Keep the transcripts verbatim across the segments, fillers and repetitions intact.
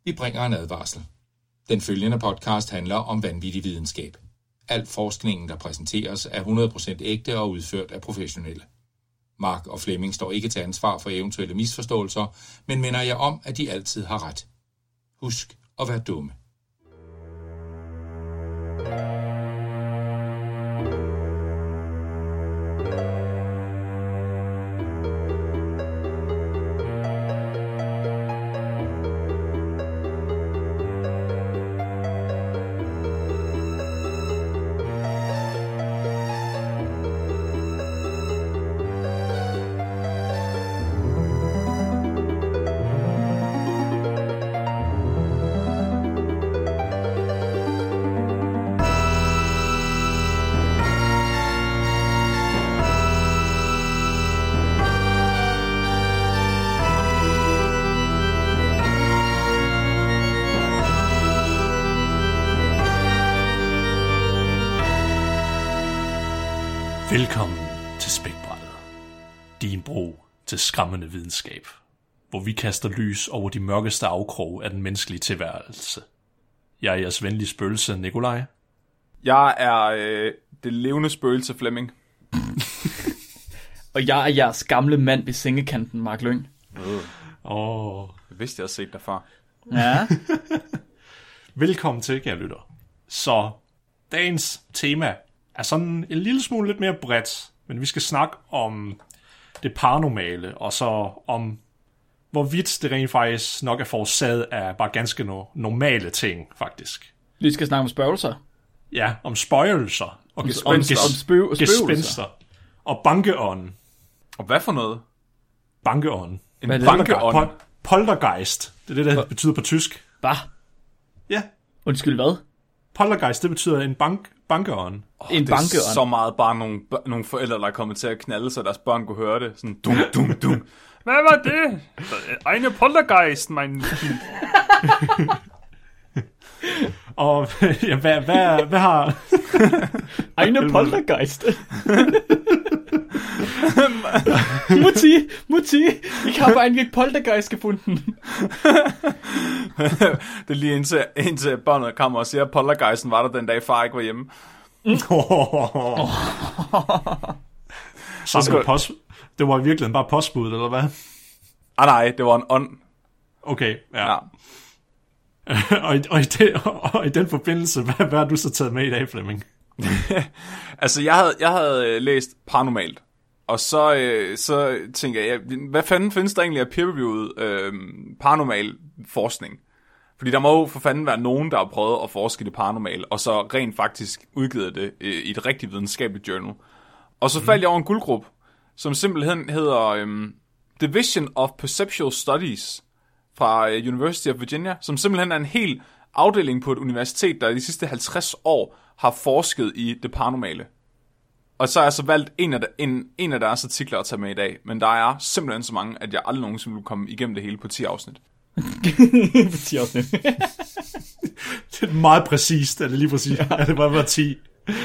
Vi bringer en advarsel. Den følgende podcast handler om vanvittig videnskab. Al forskningen, der præsenteres, er hundrede procent ægte og udført af professionelle. Mark og Flemming står ikke til ansvar for eventuelle misforståelser, men minder jer om, at de altid har ret. Husk at være dumme. Velkommen til Spækbrættet, din bro til skræmmende videnskab, hvor vi kaster lys over de mørkeste afkroge af den menneskelige tilværelse. Jeg er jeres venlige spøgelse, Nikolaj. Jeg er øh, det levende spøgelse, Flemming. Og jeg er jeres gamle mand ved sengekanten, Mark Lyng. Åh, oh. Jeg vidste, jeg havde set dig før. Ja. Velkommen til, kære lytter. Så dagens tema er sådan en lille smule lidt mere bredt, men vi skal snakke om det paranormale, og så om hvorvidt det rent faktisk nok er forårsaget af bare ganske no- normale ting, faktisk. Vi skal snakke om spøgelser. Ja, om spøgelser. Og gespenster. Om, ges- om spøg- gespenster. Og bankeånden. Og hvad for noget? Bankeånden. En bankeånd? Pol- poltergeist. Det er det, det betyder på tysk. Hvad? Ja. Undskyld, hvad? Poltergeist, det betyder en bank, bankeånd. Oh, en det bankeånd. Er så meget bare nogle, nogle forældre, der er kommet til at knalde, så deres børn kunne høre det. Sådan dum, dum, dum. Hvad var det? Eine Poltergeist, mein Kind. Og ja, hvad, hvad, hvad har... Eine Poltergeist. Mutti, Mutti, ich habe einen Poltergeist gefunden. Det er lige indtil, indtil børnene kommer og siger, at poltergeisten var der den dag, far ikke var hjemme. Oh. Så skal... post... Det var virkelig bare postbud, eller hvad? Ah nej, det var en ånd. Okay, ja. ja. og, i, og, i det, og i den forbindelse, hvad, hvad har du så taget med i dag, Flemming? altså, jeg havde, jeg havde læst Paranormalt, og så, øh, så tænkte jeg, hvad fanden findes der egentlig af peer-reviewet øh, paranormal forskning? Fordi der må jo for fanden være nogen, der har prøvet at forske det paranormal, og så rent faktisk udgivet det øh, i et rigtig videnskabeligt journal. Og så faldt mm. jeg over en guldgruppe, som simpelthen hedder øh, Division of Perceptual Studies fra øh, University of Virginia, som simpelthen er en hel afdeling på et universitet, der de sidste halvtreds år har forsket i det paranormale. Og så har jeg så valgt en af, de, en, en af deres artikler at tage med i dag, men der er simpelthen så mange, at jeg aldrig nogensinde vil komme igennem det hele på ti afsnit. på ti afsnit. Det er meget præcist, er det lige præcis. Ja. Ja, det var bare ti.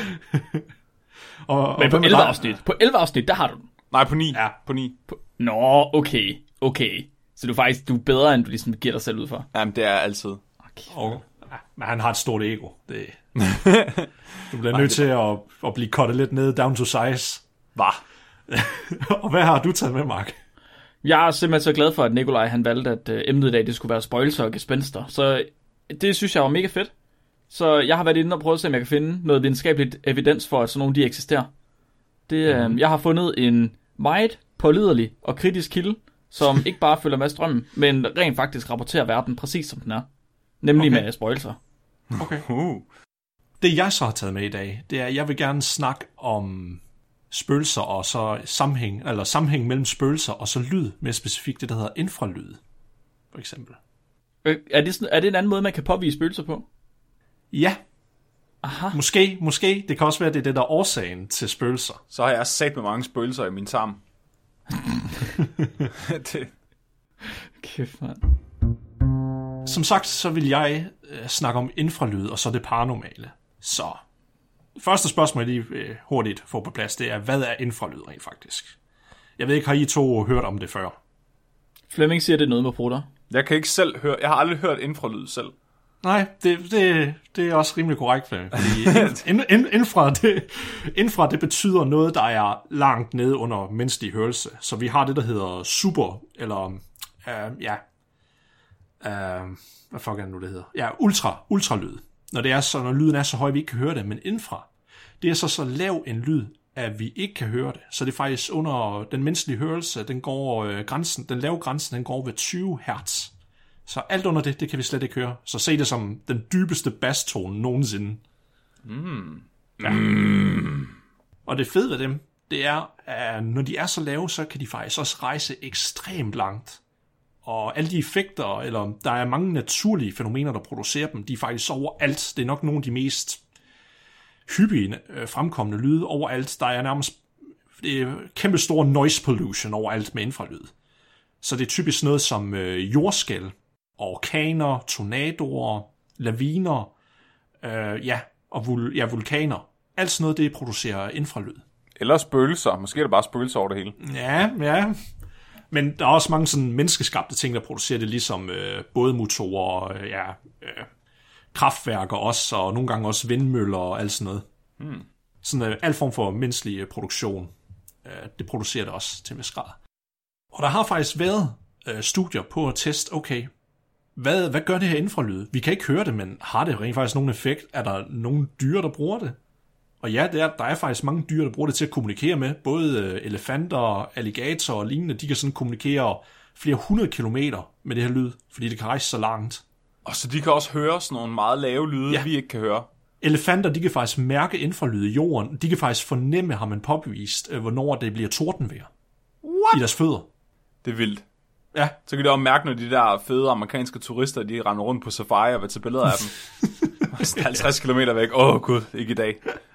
og, men og på elleve afsnit, på elleve afsnit, der har du den. Nej, på ni. Ja, på ni. På... Nå, okay, okay. Så du er faktisk du er bedre, end du ligesom giver dig selv ud for. Jamen, det er altid. Okay. Og, ja, men han har et stort ego. Det... Du bliver nødt til at, at blive cuttet lidt ned, down to size. Hvad? Og hvad har du taget med, Mark? Jeg er simpelthen så glad for, at Nikolaj han valgte, at uh, emnet i dag det skulle være spøgelser og gespenster. Så det synes jeg var mega fedt. Så jeg har været inde og prøvet at se, om jeg kan finde noget videnskabeligt evidens for, at sådan nogle de eksisterer. Det, mm. uh, jeg har fundet en meget pålidelig og kritisk kilde, som ikke bare følger med strømmen, men rent faktisk rapporterer verden præcis som den er. Nemlig okay. med spøgelser. Okay. Uh. Det jeg så har taget med i dag, det er, at jeg vil gerne snakke om spøgelser og så sammenhæng, eller sammenhæng mellem spøgelser og så lyd, mere specifikt det, der hedder infralyd, for eksempel. Er det, sådan, er det en anden måde, man kan påvise spøgelser på? Ja. Aha. Måske, måske. Det kan også være, det er det, der er årsagen til spøgelser. Så har jeg sat med mange spøgelser i min tarm. det. Kæft, mand. Som sagt, så vil jeg øh, snakke om infralyd og så det paranormale. Så første spørgsmål, jeg lige øh, hurtigt får på plads, det er, hvad er infralyd rent faktisk? Jeg ved ikke, har I to hørt om det før? Flemming siger, det er noget med prutter. Jeg kan ikke selv høre, jeg har aldrig hørt infralyd selv. Nej, det, det, det er også rimelig korrekt, fordi in, in, infra, det, infra, det betyder noget, der er langt nede under menneskelig hørelse. Så vi har det, der hedder super, eller uh, ja, uh, hvad fuck er det nu, det hedder? Ja, ultra, ultralyd. Når det er så, når lyden er så høj, vi ikke kan høre det, men infra, det er så så lav en lyd, at vi ikke kan høre det. Så det er faktisk under den menneskelige hørelse, den går øh, grænsen, den lave grænsen, den går ved tyve hertz. Så alt under det, det kan vi slet ikke høre. Så se det som den dybeste basstone nogensinde. Mm. Ja. Mm. Og det fede ved dem, det er, at når de er så lave, så kan de faktisk også rejse ekstremt langt. Og alle de effekter, eller der er mange naturlige fænomener, der producerer dem, de er faktisk overalt. Det er nok nogle af de mest hyppige øh, fremkommende lyde overalt. Der er nærmest det er kæmpe stor noise pollution overalt med infralyd. Så det er typisk noget som øh, jordskælv, orkaner, tornadoer, laviner, øh, ja, og vul- ja, vulkaner. Alt sådan noget, det producerer infralyd. Eller spøgelser. Måske er det bare spøgelser over det hele. Ja, ja. Men der er også mange sådan menneskeskabte ting, der producerer det, ligesom øh, bådmotorer, øh, ja, øh, kraftværker også, og nogle gange også vindmøller og alt sådan noget. Hmm. Sådan øh, al form for menneskelig øh, produktion, øh, det producerer det også til en vis grad. Og der har faktisk været øh, studier på at teste, okay, hvad, hvad gør det her infralyd? Vi kan ikke høre det, men har det rent faktisk nogen effekt? Er der nogle dyr, der bruger det? Og ja, der, der er faktisk mange dyr, der bruger det til at kommunikere med. Både elefanter, alligatorer og lignende, de kan sådan kommunikere flere hundrede kilometer med det her lyd, fordi det kan rejse så langt. Og så de kan også høre sådan nogle meget lave lyde, ja. Vi ikke kan høre. Elefanter, de kan faktisk mærke infralyd i jorden. De kan faktisk fornemme, har man påbevist, hvornår det bliver tordenvejr. What? I deres fødder. Det er vildt. Ja. Så kan de også mærke, når de der fede amerikanske turister, de render rundt på safari og vil tage billeder af dem. halvtreds kilometer væk. Åh oh, gud, ikke i dag.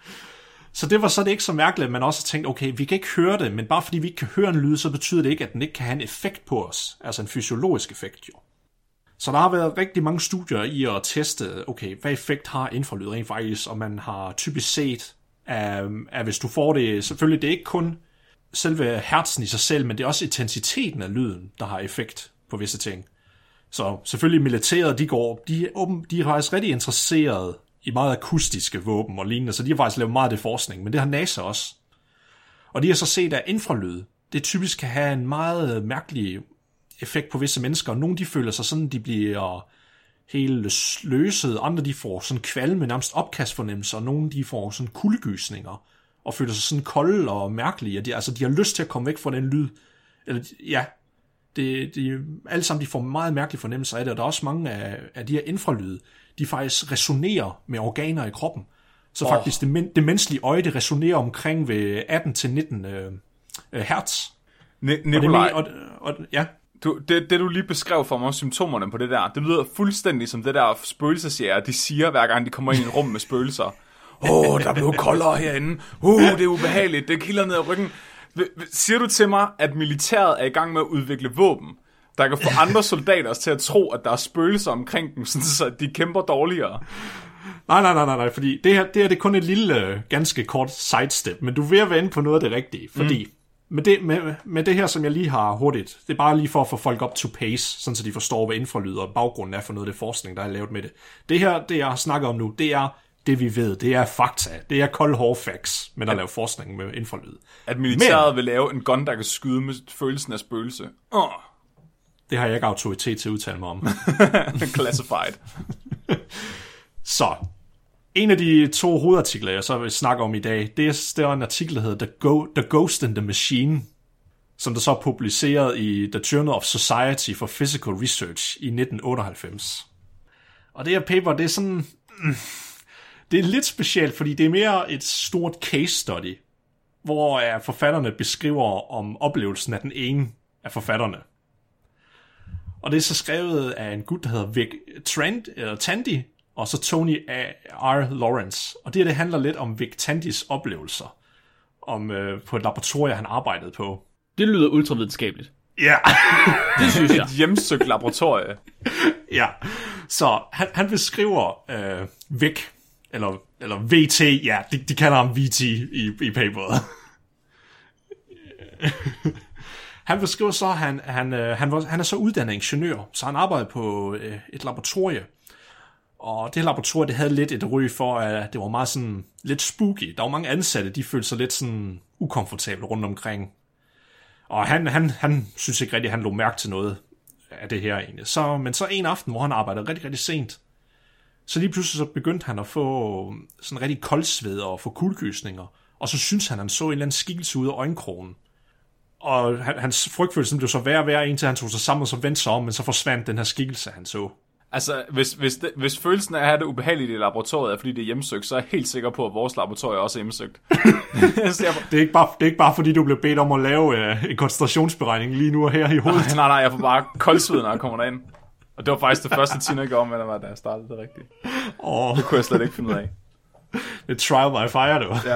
Så det var så det ikke så mærkeligt, at man også tænkte, okay, vi kan ikke høre det, men bare fordi vi ikke kan høre en lyd, så betyder det ikke, at den ikke kan have en effekt på os. Altså en fysiologisk effekt jo. Så der har været rigtig mange studier i at teste, okay, hvad effekt har infralyd rent faktisk, og man har typisk set, at, at hvis du får det, selvfølgelig det er ikke kun selve hertzen i sig selv, men det er også intensiteten af lyden, der har effekt på visse ting. Så selvfølgelig militæret, de går, de er, åben, de er faktisk rigtig interesserede i meget akustiske våben og lignende, så de har faktisk lavet meget af det forskning, men det har NASA også. Og de har så set, at infralyd, det typisk kan have en meget mærkelig effekt på visse mennesker. Nogle de føler sig sådan, de bliver helt sløset, andre de får sådan kvalme, nærmest opkastfornemmelser, og nogle de får sådan kuldegysninger, og føler sig sådan kolde og mærkelige. De, altså de har lyst til at komme væk fra den lyd. Eller ja, det, de, alle sammen de får meget mærkelige fornemmelser af det, og der er også mange af, af de her infralyde, de faktisk resonerer med organer i kroppen. Så oh. faktisk det, men, det menneskelige øje, det resonerer omkring ved atten til nitten øh, hertz. Ne- Nikolaj, og det, og, og, ja. du, det, det du lige beskrev for mig, symptomerne på det der, det lyder fuldstændig som det der spøgelsesjæger, de siger hver gang de kommer ind i et rum med spøgelser. Åh, oh, der blev koldere herinde. Uh, det er ubehageligt, det kilder ned ad ryggen. Siger du til mig, at militæret er i gang med at udvikle våben, der kan få andre soldater til at tro, at der er spøgelser omkring dem, så de kæmper dårligere? Nej, nej, nej, nej, fordi det her, det her det er kun et lille, ganske kort sidestep, men du er ved at være inde på noget af det rigtige, fordi mm. med, det, med, med det her, som jeg lige har hurtigt, det er bare lige for at få folk up to pace, sådan så de forstår, hvad infralyd og baggrunden er for noget af det forskning, der er lavet med det. Det her, det jeg snakker om nu, det er det, vi ved. Det er fakta. Det er cold hard facts, men der laver forskning med infralyd. At militæret men, vil lave en gun, der kan skyde med følelsen af spøgelse. Oh. Det har jeg ikke autoritet til at udtale mig om. Classified. Så, en af de to hovedartikler, jeg så vil snakke om i dag, det er, det er en artikel, der hedder The, Go- The Ghost in the Machine, som der så er publiceret i The Journal of Society for Physical Research i nitten otteoghalvfems. Og det her paper, det er sådan... Mm, det er lidt specielt, fordi det er mere et stort case study, hvor forfatterne beskriver om oplevelsen af den ene af forfatterne. Og det er så skrevet af en gut, der hedder Vic Trent, eller Tandy, og så Tony R. Lawrence. Og det her, det handler lidt om Vic Tandys oplevelser om, øh, på et laboratorium, han arbejdede på. Det lyder ultravidenskabeligt. Ja. Yeah. Det synes jeg. Et hjemsøgt laboratorie. Ja. Så han, han beskriver øh, Vic, eller, eller V T, ja, de, de kalder ham V T i, i paperet. Han beskriver så, at han, han, han, var, han er så uddannet ingeniør, så han arbejder på øh, et laboratorie. Og det laboratorium, det havde lidt et ry for, at det var meget sådan lidt spooky. Der var mange ansatte, de følte sig lidt sådan ukomfortable rundt omkring. Og han, han, han synes ikke rigtig, at han lå mærke til noget af det her egentlig. Så, men så en aften, hvor han arbejdede rigtig, rigtig sent, så lige pludselig så begyndte han at få sådan rigtig koldsved og få kuldegysninger. Og så synes han, han så en eller anden skikkelse ud af øjenkrogen. Og hans frygtfølelse blev så værre og værre, indtil han tog sig sammen og så vendte sig om, men så forsvandt den her skikkelse, han så. Altså, hvis, hvis, det, hvis følelsen af at have det ubehageligt i laboratoriet er, fordi det er hjemsøgt, så er jeg helt sikker på, at vores laboratorium også er hjemsøgt. det, er ikke bare, det er ikke bare, fordi du blev bedt om at lave uh, en koncentrationsberegning lige nu og her i hovedet. Nej, nej, nej, jeg får bare koldsved, når jeg kommer derind. Og det var faktisk det første Tina jeg gjorde med, der var, da jeg startede det rigtigt. Oh. Det kunne jeg slet ikke finde ud af. Det er trial by fire, det var. Ja.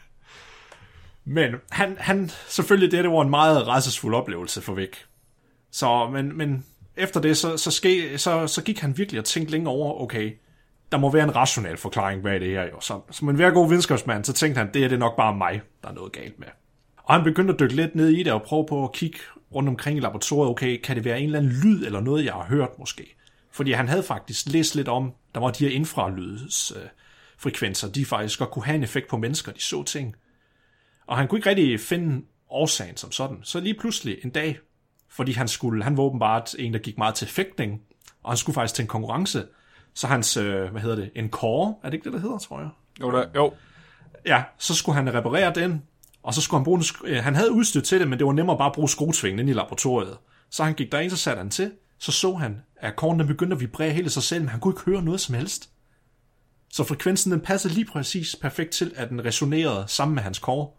Men han, han, selvfølgelig det, det var en meget rædselsfuld oplevelse for væk. Så, men, men efter det, så, så, ske, så, så gik han virkelig og tænkte længe over, okay, der må være en rationel forklaring bag det her. Jo. Så, som en hver god videnskabsmand, så tænkte han, det er det nok bare mig, der er noget galt med. Og han begyndte at dykke lidt ned i det og prøve på at kigge rundt omkring i laboratoriet, okay, kan det være en eller anden lyd eller noget, jeg har hørt måske? Fordi han havde faktisk læst lidt om, der var de her infralydsfrekvenser, de faktisk godt kunne have en effekt på mennesker, de så ting. Og han kunne ikke rigtig finde årsagen som sådan. Så lige pludselig en dag, fordi han skulle, han var åbenbart en, der gik meget til fægtning, og han skulle faktisk til en konkurrence, så hans, øh, hvad hedder det, en core, er det ikke det, der hedder, tror jeg? Jo, der, jo. Ja, så skulle han reparere den, og så skulle han bruge, en, han havde udstyr til det, men det var nemmere bare at bruge skruetvingen inde i laboratoriet. Så han gik derind, så satte han til, så så han, at coren den begyndte at vibrere hele sig selv, men han kunne ikke høre noget som helst. Så frekvensen den passede lige præcis perfekt til, at den resonerede sammen med hans core.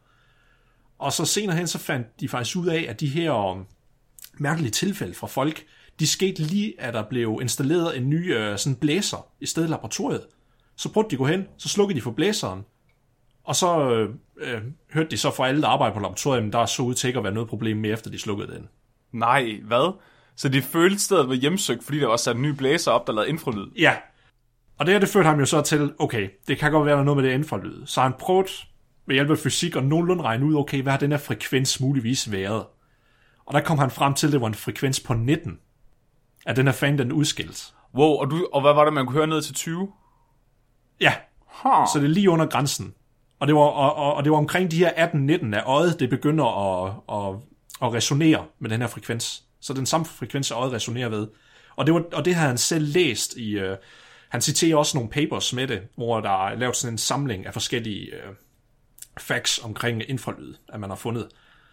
Og så senere hen, så fandt de faktisk ud af, at de her mærkelige tilfælde fra folk, de skete lige, at der blev installeret en ny øh, sådan blæser i stedet i laboratoriet. Så prøvede de at gå hen, så slukkede de for blæseren, og så øh, øh, hørte de så fra alle, der arbejder på laboratoriet, der så ud til ikke at være noget problem med, efter de slukkede den. Nej, hvad? Så de følte stedet var hjemsøgt, fordi der var sat en ny blæser op, der lavede infralyd? Ja, og det her, det førte ham jo så til, okay, det kan godt være noget med det infralyd. Så han prøvede ved hjælp af fysik og nogenlunde regne ud, okay, hvad har den her frekvens muligvis været? Og der kom han frem til, at det var en frekvens på nitten. At den her fan, den udskilt. Wow, og, du, og hvad var det, man kunne høre ned til tyve? Ja, huh. Så det er lige under grænsen. Og det var, og, og, og det var omkring de her atten nitten af øjet, det begynder at, at, at resonere med den her frekvens. Så den samme frekvens, øjet resonerer ved. Og det, var, og det havde han selv læst i... Uh, han citerer også nogle papers med det, hvor der er lavet sådan en samling af forskellige uh, facts omkring infralyd, at man har fundet.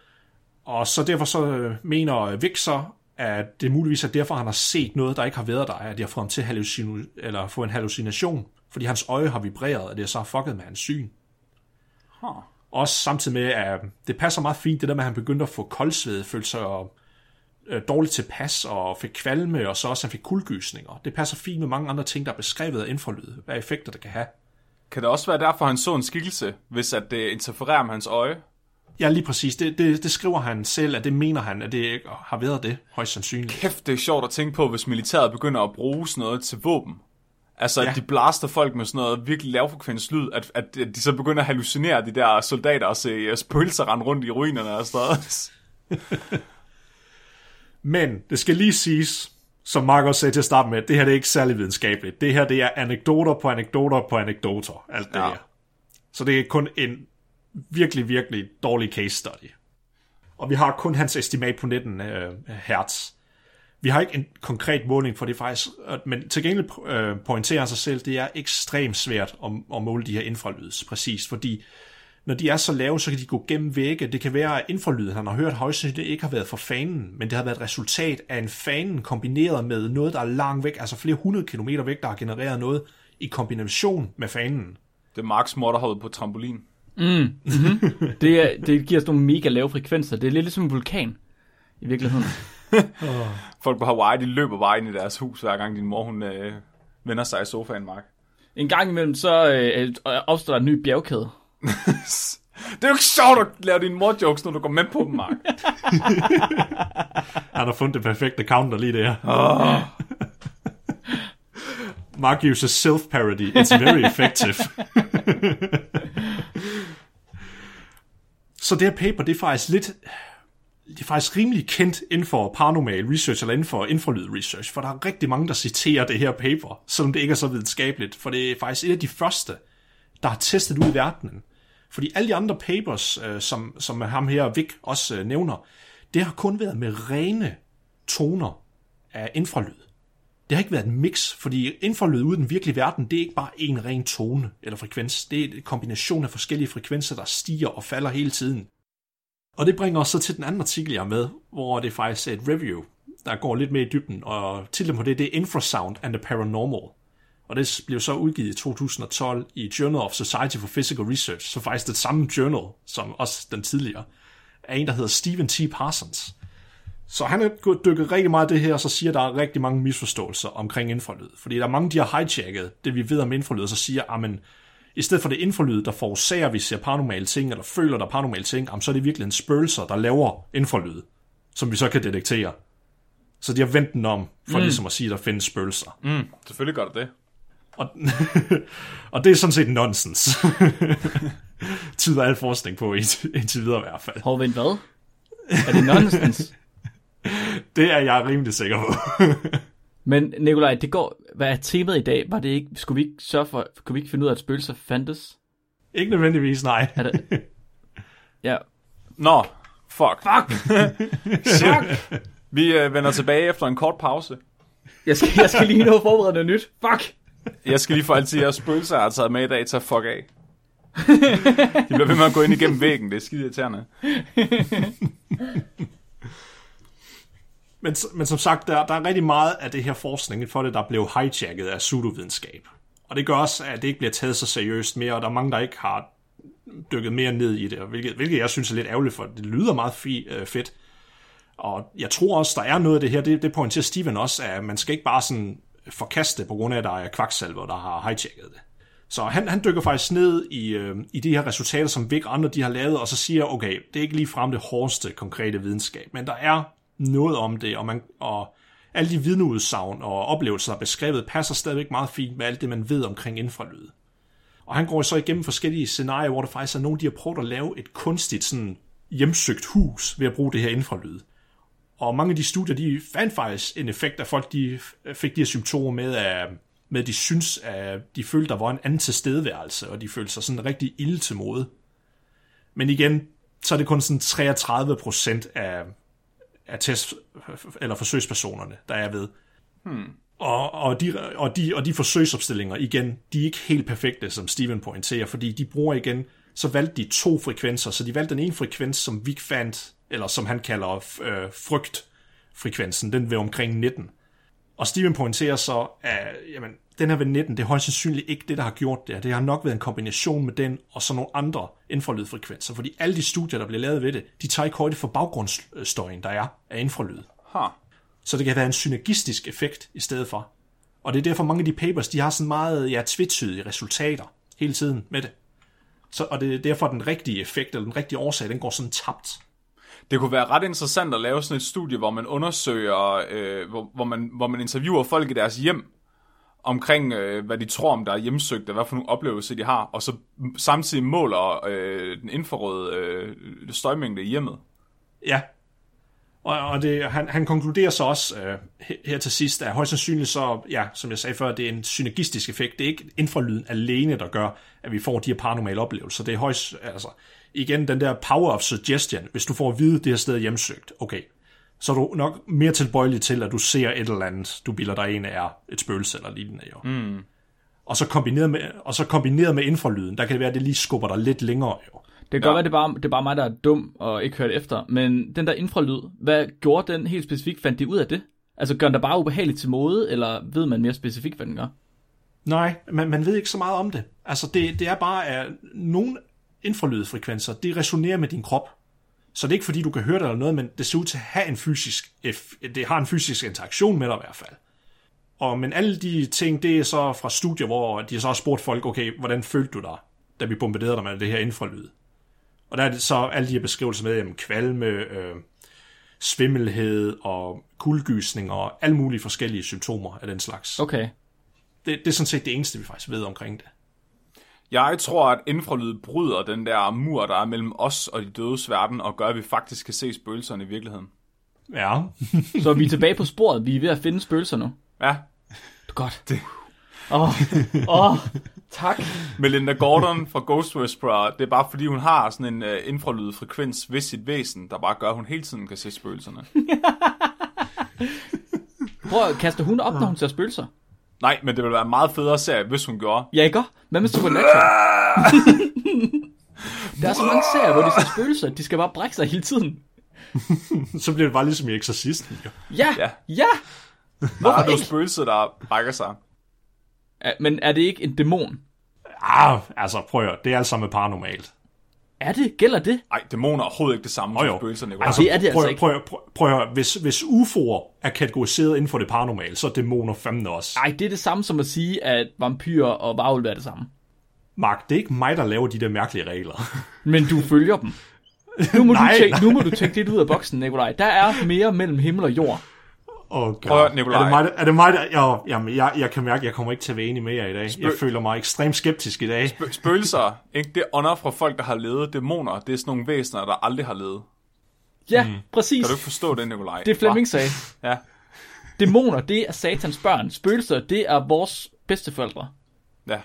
Og så derfor så mener Vic så, at det muligvis er derfor, han har set noget, der ikke har været der, at de har fået ham til at hallucin- eller få en hallucination, fordi hans øje har vibreret, og det er så fucket med hans syn. Huh. Også samtidig med, at det passer meget fint, det der med, at han begyndte at få koldsved, følte sig øh, dårligt tilpas, og fik kvalme, og så også han fik kuldegysninger. Det passer fint med mange andre ting, der er beskrevet af infralyd, hvad effekter det kan have. Kan det også være derfor, han så en skikkelse, hvis at det interfererer med hans øje? Ja, lige præcis. Det, det, det skriver han selv, at det mener han, at det har været det, højst sandsynligt. Kæft, det er sjovt at tænke på, hvis militæret begynder at bruge sådan noget til våben. Altså, ja. At de blaster folk med sådan noget virkelig lavfrekvens lyd, at, at de så begynder at hallucinere de der soldater og se spøgelser rende rundt i ruinerne og sådan noget. Men det skal lige siges, som Mark også sagde til at starte med, det her det er ikke særlig videnskabeligt. Det her det er anekdoter på anekdoter på anekdoter, alt det ja. her. Så det er kun en virkelig, virkelig dårlig case study. Og vi har kun hans estimat på nitten øh, hertz. Vi har ikke en konkret måling for det faktisk, men til gengæld øh, pointerer han sig selv, det er ekstremt svært at, at måle de her infralyds præcis, fordi når de er så lave, så kan de gå gennem vægge. Det kan være, at infralyden, han har hørt højst sandsynligt, ikke har været for fanen, men det har været et resultat af en fanen kombineret med noget, der er langt væk, altså flere hundrede kilometer væk, der har genereret noget i kombination med fanen. Det er Marks mor, der har været på trampolin. Mm. Mm-hmm. det, er, det giver sådan nogle mega lave frekvenser. Det er lidt ligesom en vulkan, i virkeligheden. oh. Folk på Hawaii, de løber bare ind i deres hus, hver gang din mor, hun øh, vender sig i sofaen, Mark. En gang imellem, så øh, opstår der en ny bjergkæde. Det er jo ikke sjovt at lave dine mor-jokes, når du går med på dem, Mark. Han har fundet det perfekte counter lige der. Oh. Mark uses self-parody. It's very effective. Så det her paper, det er faktisk lidt... det er faktisk rimelig kendt inden for paranormal research, eller inden for infralyd research, for der er rigtig mange, der citerer det her paper, selvom det ikke er så videnskabeligt, for det er faktisk et af de første, der har testet ud i verdenen. Fordi alle de andre papers, øh, som, som ham her, Vic, også øh, nævner, det har kun været med rene toner af infralyd. Det har ikke været en mix, fordi infralyd ude i den virkelige verden, det er ikke bare en ren tone eller frekvens. Det er en kombination af forskellige frekvenser, der stiger og falder hele tiden. Og det bringer os så til den anden artikel, jeg er med, hvor det faktisk er et review, der går lidt mere i dybden, og titlen på det, det er Infrasound and the Paranormal. Og det blev så udgivet i to tusind og tolv i Journal of Society for Physical Research, så faktisk det samme journal som også den tidligere, af en, der hedder Stephen T. Parsons. Så han har dykket rigtig meget af det her, og så siger, at der er rigtig mange misforståelser omkring infralyd. Fordi der er mange, de har hijacket det, vi ved om infralyd, og så siger, at i stedet for det infralyd, der forårsager, at vi ser paranormale ting, eller føler, der er paranormale ting, så er det virkelig en spøgelser, der laver infralyd, som vi så kan detektere. Så de har vendt den om, for mm. ligesom at sige, at der findes spøgelser. Mm, selvfølgelig gør det det. Og, og det er sådan set nonsens. Tyder al forskning på, indtil videre i hvert fald. Hov, vent, hvad? Er det nonsens? Det er jeg rimelig sikker på. Men Nikolaj, det går, hvad er temaet i dag? Var det ikke, skulle vi ikke sørge for, kunne vi ikke finde ud af, at spøgelser fandtes? Ikke nødvendigvis, nej. Er det? Ja. Nå, fuck. Fuck! Shit. Vi øh, vender tilbage efter en kort pause. Jeg skal, jeg skal lige nå forberede noget nyt. Fuck! Jeg skal lige for altid, at spøgelser er taget med i dag til at fuck af. De bliver ved med at gå ind igennem væggen, det er skide irriterende. Men, men som sagt, der, der er rigtig meget af det her forskning for det, der blev hijacket af pseudovidenskab. Og det gør også, at det ikke bliver taget så seriøst mere, og der er mange, der ikke har dykket mere ned i det, hvilket, hvilket jeg synes er lidt ærgerligt, for det lyder meget fi, øh, fedt. Og jeg tror også, der er noget af det her, det, det pointerer Steven også, at man skal ikke bare sådan forkaste på grund af, at der er kvaksalver, der har hijacket det. Så han, han dykker faktisk ned i, øh, i de her resultater, som Vic og andre de har lavet, og så siger, okay, det er ikke ligefrem det hårdeste konkrete videnskab, men der er noget om det, og, man, og alle de vidneudsagn og oplevelser, der er beskrevet, passer stadigvæk meget fint med alt det, man ved omkring infralyd. Og han går så igennem forskellige scenarier, hvor der faktisk er nogen, de har prøvet at lave et kunstigt sådan hjemsøgt hus ved at bruge det her infralyd. Og mange af de studier, de fandt faktisk en effekt, at folk de fik de her symptomer med, at, med at de synes, at de følte, der var en anden tilstedeværelse, og de følte sig sådan rigtig ilde til mode. Men igen, så er det kun sådan treogtredive procent af, af test- eller forsøgspersonerne, der er ved. Hmm. Og, og, de, og, de, og de forsøgsopstillinger, igen, de er ikke helt perfekte, som Steven pointerer, fordi de bruger igen, så valgte de to frekvenser, så de valgte den ene frekvens, som Vic fandt, eller som han kalder øh, frygtfrekvensen, den ved omkring nitten. Og Steven pointerer så, at jamen, den her ved nitten, det er højst sandsynligt ikke det, der har gjort det. Det har nok været en kombination med den, og så nogle andre infralydfrekvenser, fordi alle de studier, der bliver lavet ved det, de tager ikke højde for baggrundsstøjen, der er af infralyd. Huh. Så det kan være en synergistisk effekt i stedet for. Og det er derfor mange af de papers, de har sådan meget ja, tvetydige resultater hele tiden med det. Så, og det er derfor den rigtige effekt, eller den rigtige årsag, den går sådan tabt. Det kunne være ret interessant at lave sådan et studie, hvor man undersøger, øh, hvor, hvor, man, hvor man interviewer folk i deres hjem, omkring øh, hvad de tror om, der er hjemsøgte, hvad for nogle oplevelser de har, og så samtidig måler øh, den infrarøde øh, støjmængde i hjemmet. Ja, og, og det, han, han konkluderer så også øh, her til sidst, at højst sandsynligt så, ja, som jeg sagde før, det er en synergistisk effekt. Det er ikke infralyden alene, der gør, at vi får de her paranormale oplevelser. Det er højst, altså, igen, den der power of suggestion. Hvis du får at vide, det her sted er hjemsøgt, okay, så er du nok mere tilbøjelig til, at du ser et eller andet, du bilder dig ind er et spøgelse eller lignende. Jo. Mm. Og, så kombineret med, og så kombineret med infralyden, der kan det være, at det lige skubber dig lidt længere. Jo. Det kan ja. godt være, det er, bare, det er bare mig, der er dum og ikke hørt efter, men den der infralyd, hvad gjorde den helt specifikt? Fandt de ud af det? Altså gør den der bare ubehageligt til mode, eller ved man mere specifikt, hvad den gør? Nej, man, man ved ikke så meget om det. Altså det, det er bare, at nogle infralydfrekvenser, det resonerer med din krop. Så det er ikke fordi, du kan høre det eller noget, men det ser ud til at have en fysisk, det har en fysisk interaktion med dig i hvert fald. Og, men alle de ting, det er så fra studier, hvor de så har spurgt folk, okay, hvordan følte du dig, da vi bombarderede dig med det her infralyd? Og der er det så alle de her beskrivelser med jamen, kvalme, øh, svimmelhed og kuldegysning og alle mulige forskellige symptomer af den slags. Okay. Det, det er sådan set det eneste, vi faktisk ved omkring det. Jeg tror, at infralyd bryder den der mur, der er mellem os og de dødes verden, og gør, at vi faktisk kan se spøgelserne i virkeligheden. Ja. Så er vi tilbage på sporet. Vi er ved at finde spøgelser nu. Ja. Godt. Åh, oh, oh, tak. Melinda Gordon fra Ghost Whisperer, det er bare fordi, hun har sådan en uh, infralydfrekvens ved sit væsen, der bare gør, at hun hele tiden kan se spøgelserne. Prøv at kaste hun op, når hun ser spøgelser. Nej, men det ville være en meget federe serie, hvis hun gjorde. Ja, ikke? Hvad med Supernatural? Der er så mange serier, hvor de ser spøgelser. De skal bare brække sig hele tiden. Så bliver det bare ligesom i Exorcisten. Jo. Ja, ja. ja. Hvorfor er det spøgelser, der brækker sig? Ja, men er det ikke en dæmon? Ah, altså prøv at høre. Det er alt sammen paranormalt. Er det? Gælder det? Nej, dæmoner er overhovedet ikke det samme oh, som spøgelser, Nicolaj. Altså, det er det prøv, altså ikke. Prøv, prøv, prøv at høre. Hvis, hvis U F O'er er kategoriseret inden for det paranormale, så er dæmoner fandme også. Nej, det er det samme som at sige, at vampyrer og varulve er det samme. Mark, det er ikke mig, der laver de der mærkelige regler. Men du følger dem. Nu må, nej, du, tænke, nej. nu må du tænke lidt ud af boksen, Nikolaj. Der er mere mellem himmel og jord. Oh, Prøv, Nikolaj. Er det mig, der, er det mig, der jo, jamen, jeg, jeg kan mærke, at jeg kommer ikke til at være enig med jer i dag. Jeg føler mig ekstremt skeptisk i dag. Spø- spøgelser, ikke? Det er ånder fra folk, der har levet. Dæmoner, det er sådan nogle væsener, der aldrig har levet. Ja, mm. præcis. Kan du ikke forstå det, Nikolaj? Det Flemming sagde. Ja. Dæmoner, det er satans børn. Spøgelser, det er vores bedsteforældre. Ja.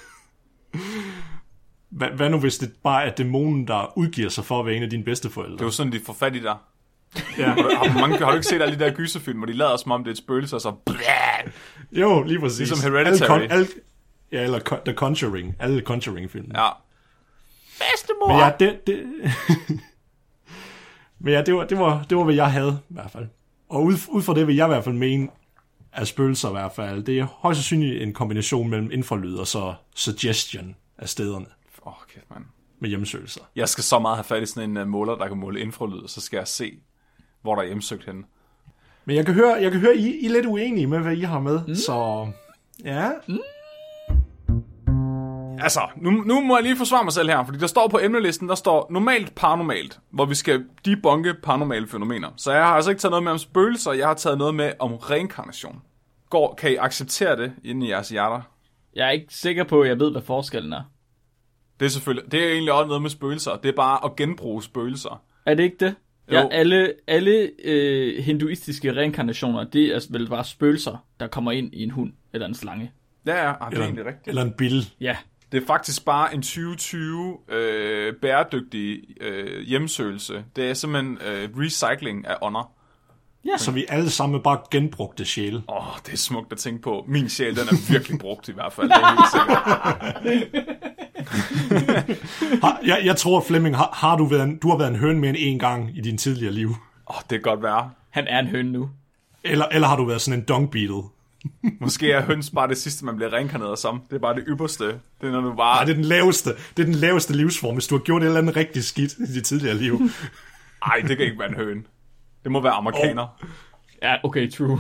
Hvad, hvad nu, hvis det bare er dæmonen, der udgiver sig for at være en af dine bedsteforældre? Det er jo sådan, de får fat i dig. Ja. Har, mange, har du ikke set alle de der gyserfilm, hvor de lader som om det er et spøgelse, og så... Jo, lige præcis. Ligesom Hereditary. Alle, alle, ja, eller The Conjuring. Alle Conjuring-film. Ja. Bedstemor! Men ja, det... det Men ja, det var, det, var, det var, hvad jeg havde, i hvert fald. Og ud, ud fra det vil jeg i hvert fald mene, at spøgelser i hvert fald, det er højst sandsynligt en kombination mellem infralyd og så suggestion af stederne. Åh, oh, kæft, mand. Med hjemsøgelser. Jeg skal så meget have fat i sådan en uh, måler, der kan måle infralyd, og så skal jeg se, hvor der er hjemsøgt henne. Men jeg kan høre, jeg kan høre I, I er lidt uenige med, hvad I har med, mm. så ja. Mm. Altså, nu, nu må jeg lige forsvare mig selv her, fordi der står på emnelisten, der står normalt paranormalt, hvor vi skal debunke paranormale fænomener. Så jeg har altså ikke taget noget med om spøgelser, jeg har taget noget med om reinkarnation. Går, kan I acceptere det inde i jeres hjerter? Jeg er ikke sikker på, at jeg ved, hvad forskellen er. Det er selvfølgelig, det er egentlig også noget med spøgelser. Det er bare at genbruge spøgelser. Er det ikke det? Jo. Ja, alle, alle øh, hinduistiske reinkarnationer, det er vel bare spøgelser, der kommer ind i en hund eller en slange. Ja, ja, det er eller, egentlig rigtigt. Eller en bille. Ja. Det er faktisk bare en tyve tyve øh, bæredygtig øh, hjemsøgelse. Det er simpelthen øh, recycling af ånder. Ja. Så vi alle sammen bare genbrugte sjæle. Åh, oh, det er smukt at tænke på. Min sjæl, den er virkelig brugt i hvert fald. Det er helt sikkert. har, jeg, jeg tror, Flemming, har, har du, været en, du har været en høne med en gang i din tidligere liv? Åh, oh, det kan godt være. Han er en høne nu. Eller, eller har du været sådan en dung beetle? Måske er høns bare det sidste, man bliver reinkarneret som. Det er bare det ypperste. Det er, når du bare... Nej, det er den laveste. Det er den laveste livsform, hvis du har gjort et eller andet rigtig skidt i dit tidligere liv. Ej, det kan ikke være en høne. Det må være amerikaner. Oh. Ja, okay, true.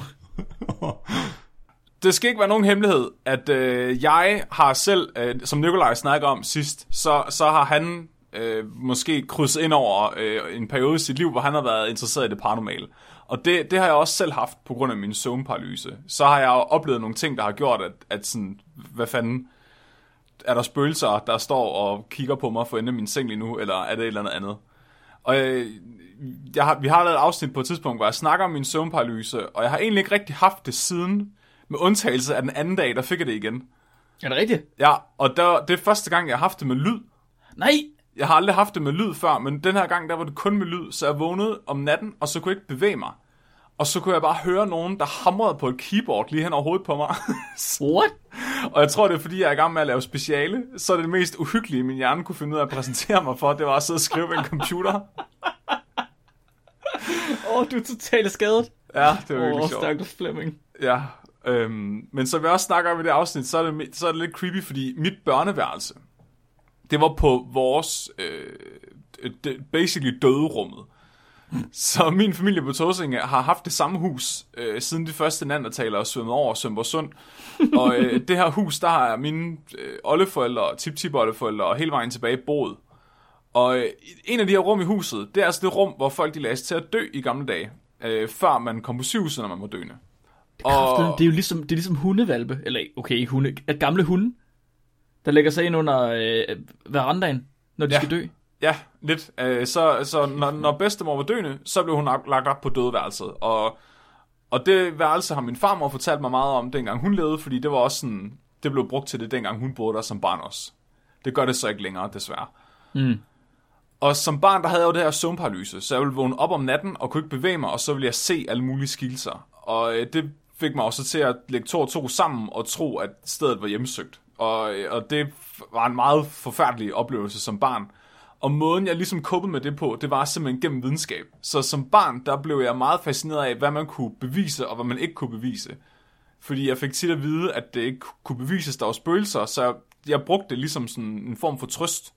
Det skal ikke være nogen hemmelighed, at øh, jeg har selv, øh, som Nikolaj snakkede om sidst, så, så har han øh, måske krydset ind over øh, en periode i sit liv, hvor han har været interesseret i det paranormale. Og det, det har jeg også selv haft på grund af min søvnparalyse. Så har jeg oplevet nogle ting, der har gjort, at, at sådan, hvad fanden, er der spøgelser, der står og kigger på mig for enden af min seng lige nu, eller er det et eller andet andet? Og øh, jeg har, vi har lavet et afsnit på et tidspunkt, hvor jeg snakker om min søvnparalyse, og jeg har egentlig ikke rigtig haft det siden, med undtagelse af den anden dag, der fik jeg det igen. Er det rigtigt? Ja, og der, det er første gang, jeg har haft det med lyd. Nej! Jeg har aldrig haft det med lyd før, men den her gang, der var det kun med lyd, så jeg vågnede om natten, og så kunne jeg ikke bevæge mig. Og så kunne jeg bare høre nogen, der hamrede på et keyboard lige hen over hovedet på mig. What? Og jeg tror, det er fordi, jeg er i gang med at lave speciale. Så er det mest uhyggelige, min hjerne kunne finde ud af at præsentere mig for, det var at sidde og skrive ved en computer. Åh, oh, du er totalt skadet. Ja, det var virkelig oh, sjovt. Stakkels Flemming. Ja, øhm, men som vi også snakker om i det afsnit, så er det, så er det lidt creepy, fordi mit børneværelse, det var på vores øh, basically døderummet. Så min familie på Tåsinge har haft det samme hus øh, siden de første neandertalere svømmede over Sømmersund. Og øh, det her hus, der har mine øh, oldeforældre, tip-tip-oldeforældre og hele vejen tilbage boet. Og øh, en af de her rum i huset, det er altså det rum, hvor folk de lagdes til at dø i gamle dage, øh, før man kom på sygehuset, når man var døende. Det er, og... det er jo ligesom, det er ligesom hundevalpe, eller okay, hunde, gamle hunde. der lægger sig ind under øh, verandaen, når de Ja. skal dø. Ja, lidt. Øh, så så når, når bedstemor var døende, så blev hun lagt op på dødeværelset. Og, og det værelse har min farmor fortalt mig meget om, dengang hun levede, fordi det var også sådan, det blev brugt til det, dengang hun boede der som barn også. Det gør det så ikke længere, desværre. Mm. Og som barn, der havde jeg jo det her søvnparalyse, så jeg ville vågne op om natten og kunne ikke bevæge mig, og så ville jeg se alle mulige skikkelser. Og øh, det fik mig også til at lægge to og to sammen og tro, at stedet var hjemsøgt. Og, øh, og det var en meget forfærdelig oplevelse som barn. Og måden, jeg ligesom copede med det på, det var simpelthen gennem videnskab. Så som barn, der blev jeg meget fascineret af, hvad man kunne bevise, og hvad man ikke kunne bevise. Fordi jeg fik tit at vide, at det ikke kunne bevises, der var spøgelser, så jeg, jeg brugte det ligesom sådan en form for trøst.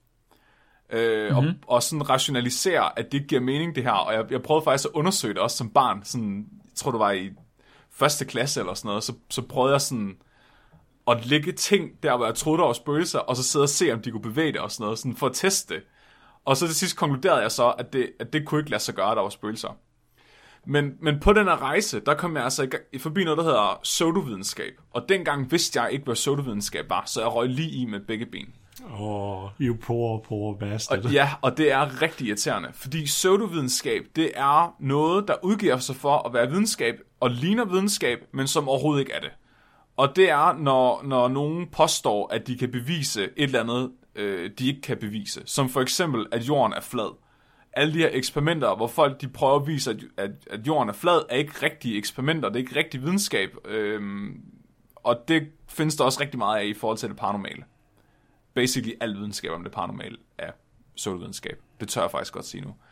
Øh, mm-hmm. og, og sådan rationalisere, at det ikke giver mening, det her. Og jeg, jeg prøvede faktisk at undersøge det også som barn. Sådan, jeg tror, det var i første klasse eller sådan noget. Så, så prøvede jeg sådan at lægge ting der, hvor jeg troede, der var spøgelser, og så sidde og se, om de kunne bevæge det og sådan noget, sådan for at teste det. Og så til sidst konkluderede jeg så, at det, at det kunne ikke lade sig gøre, der var spøgelser. Men, men på den her rejse, der kom jeg altså i forbi noget, der hedder pseudovidenskab. Og dengang vidste jeg ikke, hvad pseudovidenskab var, så jeg røg lige i med begge ben. Åh, oh, you poor, poor bastard. Og, ja, og det er rigtig irriterende, fordi pseudovidenskab, det er noget, der udgiver sig for at være videnskab, og ligner videnskab, men som overhovedet ikke er det. Og det er, når, når nogen påstår, at de kan bevise et eller andet, øh, de ikke kan bevise. Som for eksempel, at jorden er flad. Alle de her eksperimenter, hvor folk de prøver at vise, at, at, at jorden er flad, er ikke rigtige eksperimenter, det er ikke rigtig videnskab. Øh, og det findes der også rigtig meget af i forhold til det paranormale. Basically al videnskab om det paranormale er pseudovidenskab. Det tør jeg faktisk godt sige nu.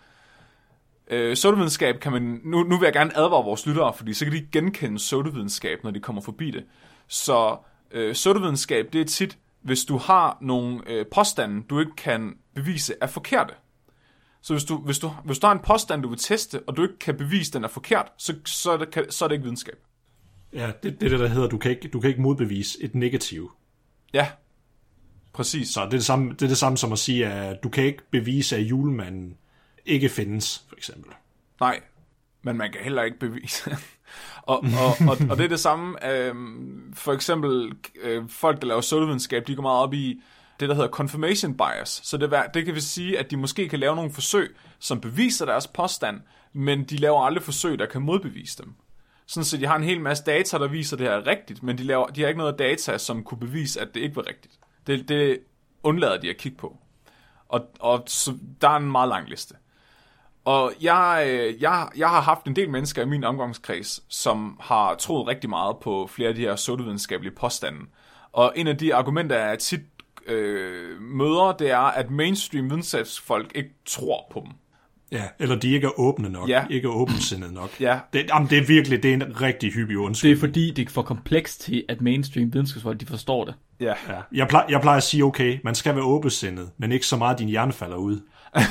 Øh, pseudovidenskab kan man... Nu, nu vil jeg gerne advare vores lyttere, fordi så kan de genkende pseudovidenskab, når de kommer forbi det. Så øh, pseudovidenskab, det er tit, hvis du har nogle øh, påstande, du ikke kan bevise er forkerte. Så hvis du, hvis, du, hvis du har en påstand, du vil teste, og du ikke kan bevise, den er forkert, så, så, er, det, så er det ikke videnskab. Ja, det, det er det, der hedder, du kan ikke, du kan ikke modbevise et negativ. Ja, præcis. Så det er det samme, det er det samme som at sige, at du kan ikke bevise, at julemanden ikke findes, for eksempel. Nej, men man kan heller ikke bevise. og, og, og, og det er det samme, øh, for eksempel øh, folk, der laver pseudovidenskab, de går meget op i det, der hedder confirmation bias. Så det, det kan vi sige, at de måske kan lave nogle forsøg, som beviser deres påstand, men de laver aldrig forsøg, der kan modbevise dem. Sådan så de har en hel masse data, der viser, at det her er rigtigt, men de, laver, de har ikke noget data, som kunne bevise, at det ikke var rigtigt. Det, det undlader de at kigge på. Og, og så, der er en meget lang liste. Og jeg, jeg, jeg har haft en del mennesker i min omgangskreds, som har troet rigtig meget på flere af de her pseudovidenskabelige påstande. Og en af de argumenter, jeg tit øh, møder, det er, at mainstream videnskabsfolk ikke tror på dem. Ja, eller de ikke er åbne nok, ja. ikke er åbensindede nok. Ja. Det, jamen, det er virkelig, det er en rigtig hyppig undskyld. Det er fordi, det er for komplekst til, at mainstream videnskabsfolk, de forstår det. Ja. Ja. Jeg, plejer, jeg plejer at sige, okay, man skal være åbensindet, men ikke så meget, din hjerne falder ud.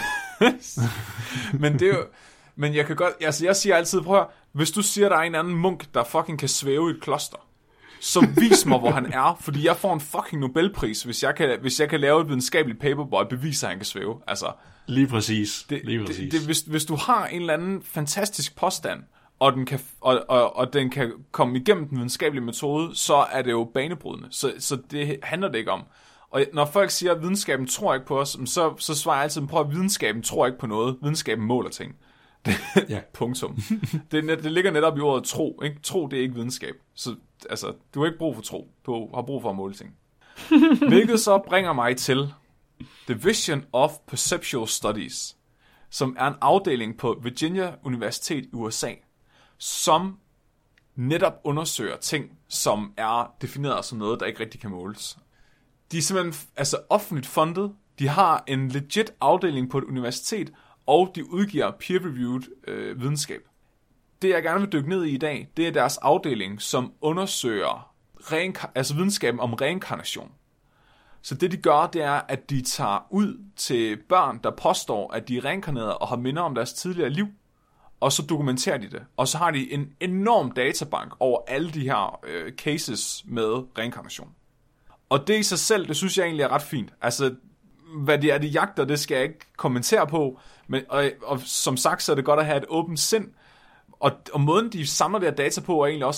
men det er jo, men jeg kan godt, altså jeg siger altid, prøv at høre, hvis du siger, der er en anden munk, der fucking kan svæve i et kloster, så vis mig, hvor han er, fordi jeg får en fucking Nobelpris, hvis jeg kan, hvis jeg kan lave et videnskabeligt paper, hvor jeg beviser, at han kan svæve. Altså, lige præcis. Det, Lige præcis. Det, det, hvis, hvis du har en eller anden fantastisk påstand, og den kan, og, og, og den kan komme igennem den videnskabelige metode, så er det jo banebrydende. Så, så det handler det ikke om. Og når folk siger, at videnskaben tror ikke på os, så, så svarer jeg altid, prøv at videnskaben tror ikke på noget. Videnskaben måler ting. Ja. Punktum. det, det ligger netop i ordet tro. Ikke? Tro, det er ikke videnskab. Så altså, du har ikke brug for tro. Du har brug for at måle ting. Hvilket så bringer mig til Division of Perceptual Studies, som er en afdeling på Virginia Universitet i U S A, som netop undersøger ting, som er defineret som noget, der ikke rigtig kan måles. De er simpelthen altså offentligt fundet. De har en legit afdeling på et universitet, og de udgiver peer-reviewed øh, videnskab. Det, jeg gerne vil dykke ned i i dag, det er deres afdeling, som undersøger reinka- altså videnskaben om reinkarnation. Så det, de gør, det er, at de tager ud til børn, der påstår, at de er reinkarneret og har minder om deres tidligere liv, og så dokumenterer de det. Og så har de en enorm databank over alle de her øh, cases med reinkarnation. Og det i sig selv, det synes jeg egentlig er ret fint. Altså, hvad det er, de jagter, det skal jeg ikke kommentere på. Men, og, og som sagt, så er det godt at have et åbent sind. Og, og måden, de samler der data på, er egentlig også ret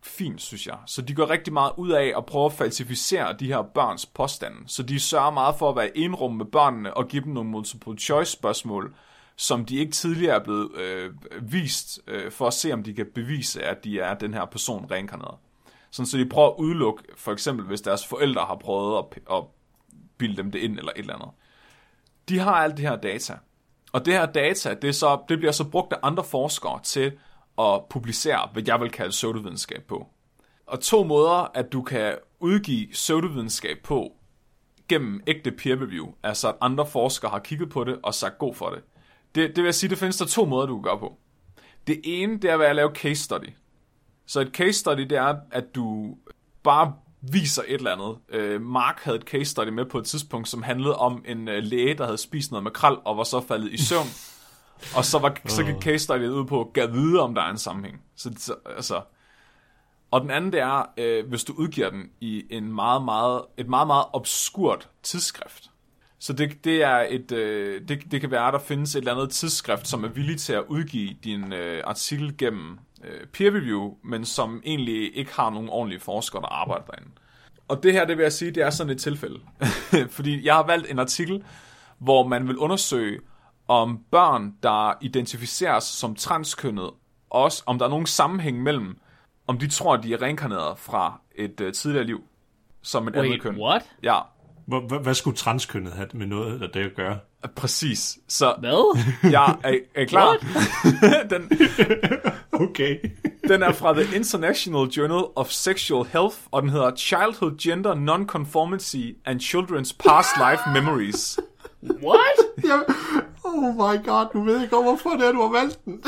fint, synes jeg. Så de går rigtig meget ud af at prøve at falsificere de her børns påstande. Så de sørger meget for at være i enrum med børnene og give dem nogle multiple choice spørgsmål, som de ikke tidligere er blevet øh, vist, øh, for at se, om de kan bevise, at de er den her person reinkarneret. Sådan, så de prøver at udelukke, for eksempel hvis deres forældre har prøvet at, at bilde dem det ind, eller et eller andet. De har alt det her data. Og det her data, det, er så, det bliver så brugt af andre forskere til at publicere, hvad jeg vil kalde pseudovidenskab på. Og to måder, at du kan udgive pseudovidenskab på, gennem ægte peer review, altså at andre forskere har kigget på det og sagt god for det. Det, det vil jeg sige, det findes der to måder, du kan gøre på. Det ene, det er ved at lave case study. Så et case study, det er, at du bare viser et eller andet. Øh, Mark havde et case study med på et tidspunkt, som handlede om en øh, læge, der havde spist noget makrel, og var så faldet i søvn. Og så, var, så gik case study ud på at gav vide, om der er en sammenhæng. Så, så, altså. Og den anden, det er, øh, hvis du udgiver den i en meget, meget, et meget, meget obskurt tidsskrift. Så det, det, er et, øh, det, det kan være, at der findes et eller andet tidsskrift, som er villig til at udgive din øh, artikel gennem øh, peer review, men som egentlig ikke har nogen ordentlige forskere, der arbejder derinde. Og det her, det vil jeg sige, det er sådan et tilfælde. Fordi jeg har valgt en artikel, hvor man vil undersøge, om børn, der identificeres som transkønnet, også om der er nogen sammenhæng mellem, om de tror, de er reinkarneret fra et øh, tidligere liv, som et andet køn. What? Ja. Hvad skulle transkønnet have med noget af det at gøre? Præcis. Så hvad? Ja, er, er klar? den, okay. Den er fra The International Journal of Sexual Health, og den hedder Childhood Gender Nonconformity and Children's Past Life Memories. What? Jamen, oh my god, du ved ikke, hvorfor det er, du har valgt den.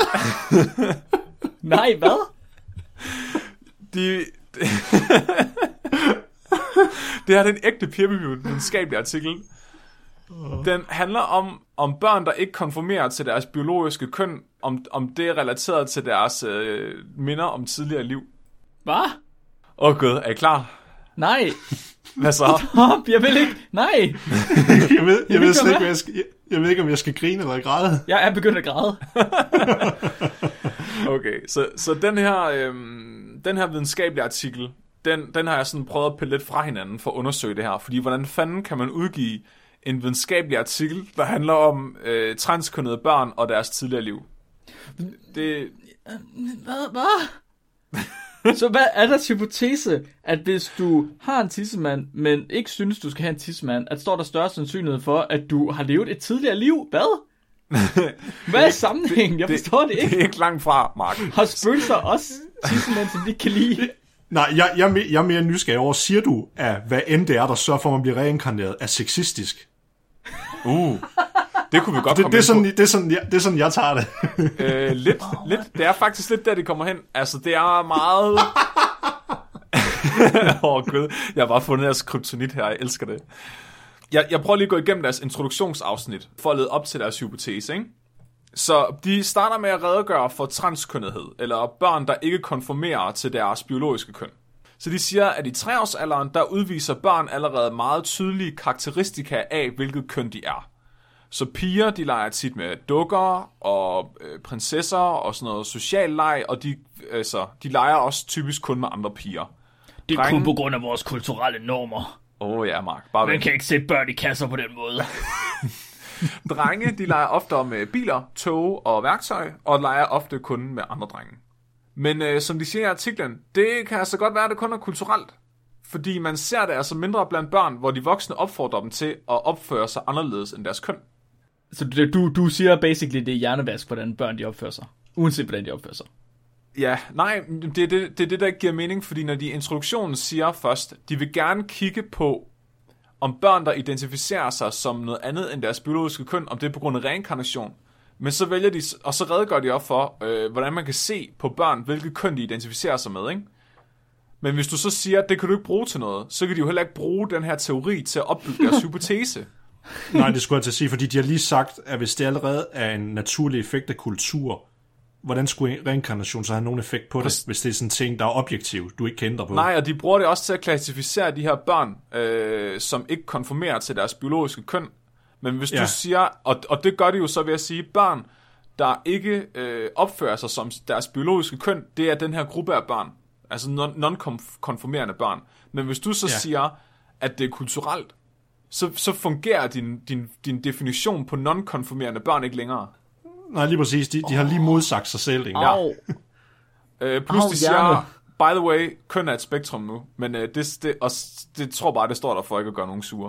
Nej, hvad? De... Det her er en ægte peer-reviewed videnskabelig artikel. Den handler om, om børn, der ikke konformerer til deres biologiske køn, om, om det er relateret til deres øh, minder om tidligere liv. Hvad? Åh oh, gud, er I klar? Nej. Hvad så? Stop, jeg vil ikke. Nej. jeg, ved, jeg, jeg, ved slet ikke, jeg, skal, jeg, jeg ved ikke, om jeg skal grine eller græde. Jeg er begyndt at græde. Okay, så, så den her, øhm, den her videnskabelige artikel, den, den har jeg sådan prøvet at pille lidt fra hinanden for at undersøge det her. Fordi hvordan fanden kan man udgive en videnskabelig artikel, der handler om øh, transkønnede børn og deres tidligere liv? Det... Hvad? Hvad? Så hvad er deres hypotese, at hvis du har en tissemand, men ikke synes, du skal have en tissemand, at står der større sandsynlighed for, at du har levet et tidligere liv? Hvad? Hvad er sammenhængen? Jeg forstår det, det ikke. Det er ikke langt fra, Mark. Har spøgelser også tissemænd, som de ikke kan lide? Nej, jeg, jeg, jeg er mere nysgerrig over, siger du, at hvad end det er, der sørger for, at man bliver reinkarneret, er sexistisk? Uh, det kunne vi godt det, komme det er sådan, på. Det er, sådan, jeg, det er sådan, jeg tager det. øh, lidt, lidt. Det er faktisk lidt der, det kommer hen. Altså, det er meget... Åh, oh, gud. Jeg har bare fundet deres kryptonit her. Jeg elsker det. Jeg, jeg prøver lige at gå igennem deres introduktionsafsnit, for at lede op til deres hypotese, ikke? Så de starter med at redegøre for transkønnethed, eller børn, der ikke konformerer til deres biologiske køn. Så de siger, at i treårsalderen, der udviser børn allerede meget tydelige karakteristika af, hvilket køn de er. Så piger, de leger tit med dukker og øh, prinsesser og sådan noget social leg, og de, altså, de leger også typisk kun med andre piger. Det er Drenge... kun på grund af vores kulturelle normer. Åh oh, ja, Mark. Bare Man kan ikke sætte børn i kasser på den måde. Drenge, de leger ofte med biler, tog og værktøj, og leger ofte kun med andre drenge. Men øh, som de siger i artiklen, det kan altså godt være, at det kun er kulturelt. Fordi man ser det altså mindre blandt børn, hvor de voksne opfordrer dem til at opføre sig anderledes end deres køn. Så du, du siger basically, det er hjernevask, hvordan børn de opfører sig. Uanset hvordan de opfører sig. Ja, nej, det er det, det er det, der ikke giver mening, fordi når de i introduktionen siger først, de vil gerne kigge på, om børn, der identificerer sig som noget andet end deres biologiske køn, om det er på grund af reinkarnation. Men så vælger de, og så redegør de op for, øh, hvordan man kan se på børn, hvilket køn de identificerer sig med, ikke? Men hvis du så siger, at det kan du ikke bruge til noget, så kan de jo heller ikke bruge den her teori til at opbygge deres hypotese. Nej, det skulle jeg til at sige, fordi de har lige sagt, at hvis det allerede er en naturlig effekt af kultur, hvordan skulle reinkarnation så have nogen effekt på det, Præst... hvis det er sådan en ting, der er objektiv, du ikke kan ændre på? Nej, og de bruger det også til at klassificere de her børn, øh, som ikke konformerer til deres biologiske køn. Men hvis ja. du siger, og, og det gør de jo så ved at sige, børn, der ikke øh, opfører sig som deres biologiske køn, det er den her gruppe af børn. Altså non-konformerende børn. Men hvis du så ja. siger, at det er kulturelt, så, så fungerer din, din, din definition på non-konformerende børn ikke længere. Nej, lige præcis. De, de har lige modsagt sig selv. Ikke? Ja. øh, plus Au, de siger, by the way, køn er et spektrum nu. Men øh, det, det, og det tror bare, det står der for ikke at gøre nogen sure.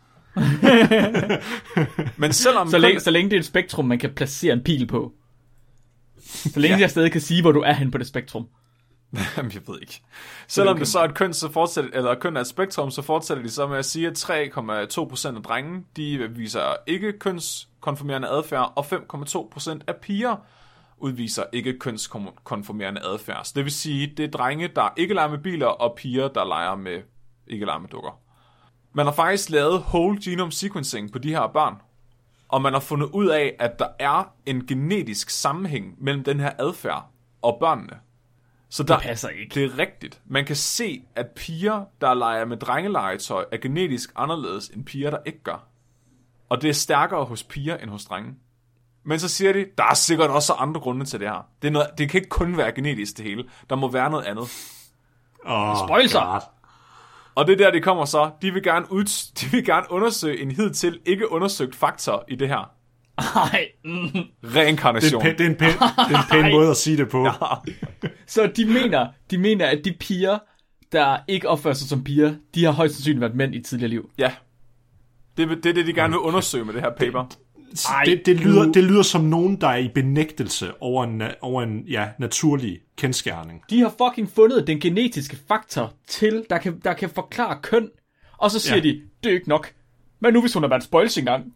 Men selvom så, længe, så længe det er et spektrum, man kan placere en pil på. Så længe ja. jeg stadig kan sige, hvor du er hen på det spektrum. Jamen, jeg ved ikke. Selvom det så er et køn, så fortsætter, eller køn er et spektrum, så fortsætter de så med at sige, at tre komma to procent af drenge, de viser ikke kønskonformerende adfærd, og fem komma to procent af piger udviser ikke kønskonformerende adfærd. Så det vil sige, det er drenge, der ikke leger med biler, og piger, der leger med, ikke leger med dukker. Man har faktisk lavet whole genome sequencing på de her børn, og man har fundet ud af, at der er en genetisk sammenhæng mellem den her adfærd og børnene. Så der, det passer ikke. Det er rigtigt. Man kan se, at piger, der leger med drengelegetøj, er genetisk anderledes end piger, der ikke gør. Og det er stærkere hos piger end hos drenge. Men så siger de, der er sikkert også andre grunde til det her. Det, er noget, det kan ikke kun være genetisk det hele. Der må være noget andet. Oh, Spoiler! Og det er der, de kommer så. De vil gerne, ud, de vil gerne undersøge en hidtil ikke undersøgt faktor i det her. Ej. Mm. Reinkarnation. Det er en pæn, det er en pæn, det er en pæn måde at sige det på. Ja. Så de mener, de mener, at de piger, der ikke opfører sig som piger, de har højst sandsynligt været mænd i et tidligere liv. Ja. Det, det er det, de gerne vil undersøge med det her paper. Det, det, det, lyder, det lyder som nogen, der er i benægtelse over en, over en ja, naturlig kendsgerning. De har fucking fundet den genetiske faktor til, der kan, der kan forklare køn. Og så siger ja. de, det er ikke nok. Men nu hvis hun har været spoils engang.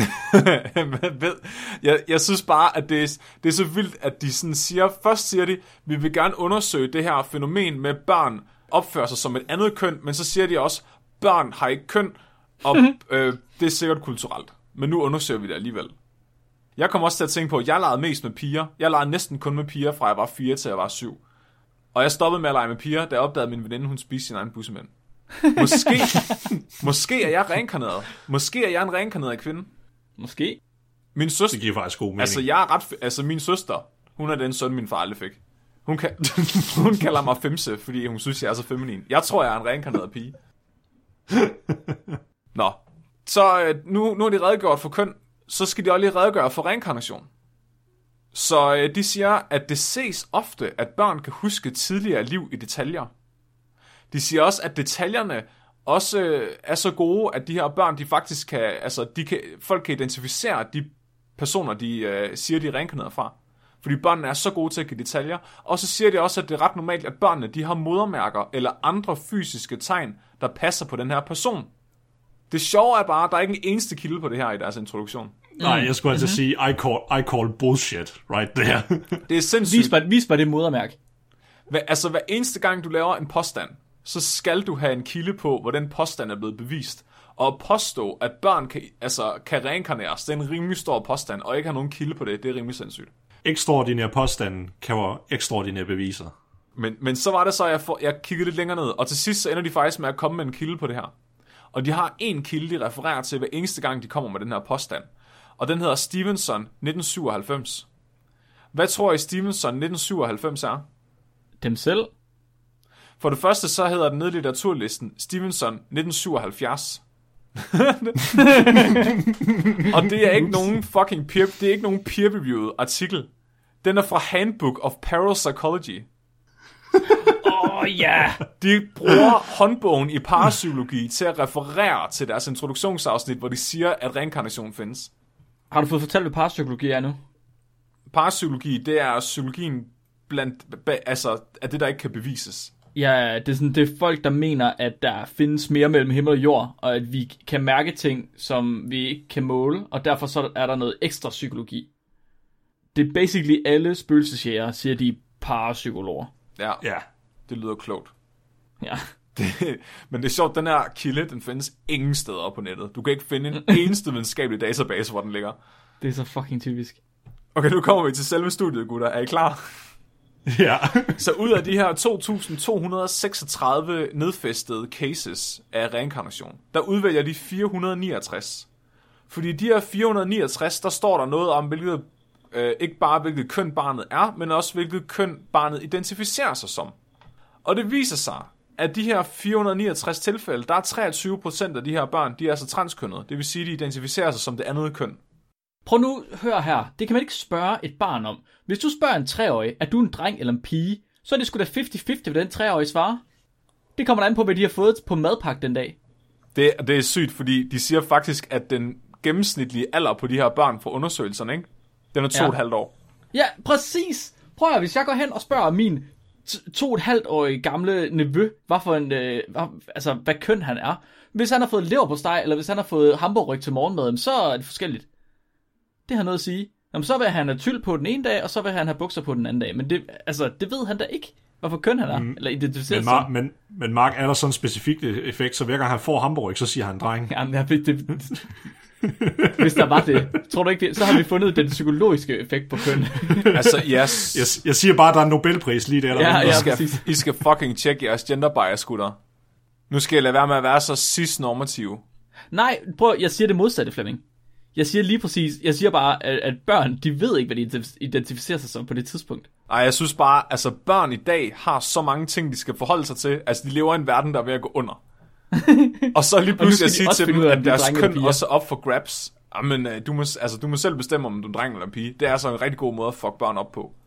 jeg, jeg synes bare, at det er, det er så vildt, at de sådan siger, først siger de, vi vil gerne undersøge det her fænomen med børn opfører sig som et andet køn, men så siger de også, børn har ikke køn, og øh, det er sikkert kulturelt. Men nu undersøger vi det alligevel. Jeg kom også til at tænke på, at jeg legede mest med piger. Jeg legede næsten kun med piger, fra jeg var fire til jeg var syv. Og jeg stoppede med at lege med piger, da jeg opdagede, at min veninde, hun spiste sin egen bussemand. Måske, måske er jeg reinkarneret. Måske er jeg en reinkarneret kvinde. Måske. Min søster, det giver faktisk god mening. Altså, jeg er ret, altså min søster, hun er den søn, min far aldrig fik. Hun, kan, hun kalder mig femse, fordi hun synes, jeg er så feminin. Jeg tror, jeg er en reinkarneret pige. Nå. Så nu, nu er de redegjort for køn, så skal de også lige redegøre for reinkarnation. Så øh, de siger, at det ses ofte, at børn kan huske tidligere liv i detaljer. De siger også, at detaljerne også øh, er så gode, at de her børn, de faktisk kan, altså de kan, folk kan identificere de personer, de øh, siger, de er reinkarneret fra. Fordi børnene er så gode til at give detaljer. Og så siger de også, at det er ret normalt, at børnene, de har modermærker eller andre fysiske tegn, der passer på den her person. Det sjove er bare, at der er ikke en eneste kilde på det her i deres introduktion. Nej, jeg skulle altså mm-hmm. sige, I call, I call bullshit right there. Det er sindssygt. Vis mig, vis mig det modermærke. Hva, altså, hver eneste gang, du laver en påstand, så skal du have en kilde på, hvor den påstand er blevet bevist. Og at påstå, at børn kan, altså, kan reinkarneres, det er en rimelig stor påstand, og ikke have nogen kilde på det, det er rimelig sindssygt. Ekstraordinære påstanden kan være ekstraordinære beviser. Men, men så var det så, at jeg, for, jeg kiggede lidt længere ned, og til sidst så ender de faktisk med at komme med en kilde på det her. Og de har en kilde, de refererer til hver eneste gang, de kommer med den her påstand. Og den hedder Stevenson nitten syvoghalvfems. Hvad tror I Stevenson nitten syvoghalvfems er? Dem selv? For det første så hedder den nede i litteraturlisten Stevenson nitten syvoghalvfjerds. Og det er ikke nogen fucking peer, det er ikke nogen peer-reviewed artikel. Den er fra Handbook of Parapsychology. Åh oh, ja! Yeah. De bruger håndbogen i parapsykologi til at referere til deres introduktionsafsnit, hvor de siger, at reinkarnation findes. Har du fået fortalt, hvad parapsykologi er nu? Parapsykologi, det er psykologien blandt, altså, at det, der ikke kan bevises. Ja, det er, sådan, det er folk, der mener, at der findes mere mellem himmel og jord, og at vi kan mærke ting, som vi ikke kan måle, og derfor så er der noget ekstra psykologi. Det er basically alle spøgelsesjæger, siger de parapsykologer. Ja, ja, det lyder klogt. Ja. Det, men det er sjovt, den her kilde, den findes ingen steder på nettet. Du kan ikke finde en eneste videnskabelig database, hvor den ligger. Det er så fucking typisk. Okay, nu kommer vi til selve studiet, gutter. Er I klar? Ja. Så ud af de her to tusind to hundrede seksogtredive nedfæstede cases af reinkarnation, der udvælger de fire hundrede niogtres. Fordi de her fire hundrede niogtres, der står der noget om, hvilket, øh, ikke bare hvilket køn barnet er, men også hvilket køn barnet identificerer sig som. Og det viser sig, at de her fire hundrede niogtres tilfælde, der er treogtyve procent af de her børn, de er altså transkønnede. Det vil sige, de identificerer sig som det andet køn. Prøv nu, hør her. Det kan man ikke spørge et barn om. Hvis du spørger en treårig, er du en dreng eller en pige, så er det sgu da halvtreds halvtreds, hvad den treårige svarer. Det kommer an på, hvad de har fået på madpakke den dag. Det, det er sygt, fordi de siger faktisk, at den gennemsnitlige alder på de her børn for undersøgelserne, ikke? Den er to Ja. og et halvt år. Ja, præcis. Prøv at, hvis jeg går hen og spørger min t- to og et halvt årige gamle nevø, hvad for en, øh, hvad, altså, hvad køn han er. Hvis han har fået leverpostej, eller hvis han har fået hamburgryg til morgenmaden, så er det forskelligt. Det har noget at sige. Jamen, så vil han have tyld på den ene dag, og så vil han have bukser på den anden dag. Men det, altså, det ved han da ikke, hvorfor køn han er, mm. eller identificerer Men, sig. Mar- men, men Mark, er der sådan en specifik effekt, så hver gang han får hamburg, så siger han dreng? Jamen, jeg, det, det, hvis der var det, tror du ikke det, så har vi fundet den psykologiske effekt på køn. Altså, yes. Jeg, jeg siger bare, at der er en Nobelpris lige der. der Ja, I, ja. skal, præcis. I skal fucking tjekke jeres gender bias, gutter. Nu skal jeg lade være med at være så cis-normative. Nej, prøv, jeg siger det modsatte, Flemming. Jeg siger lige præcis, jeg siger bare, at, at børn, de ved ikke, hvad de identificerer sig som på det tidspunkt. Ej, jeg synes bare, altså børn i dag har så mange ting, de skal forholde sig til. Altså, de lever i en verden, der er ved at gå under. Og så lige pludselig at de sige også til finde dem, ud af, om at de er deres drenge eller køn piger. også er op for grabs. Jamen, øh, du må, altså, du må selv bestemme, om du er en dreng eller en pige. Det er altså en rigtig god måde at fuck børn op på.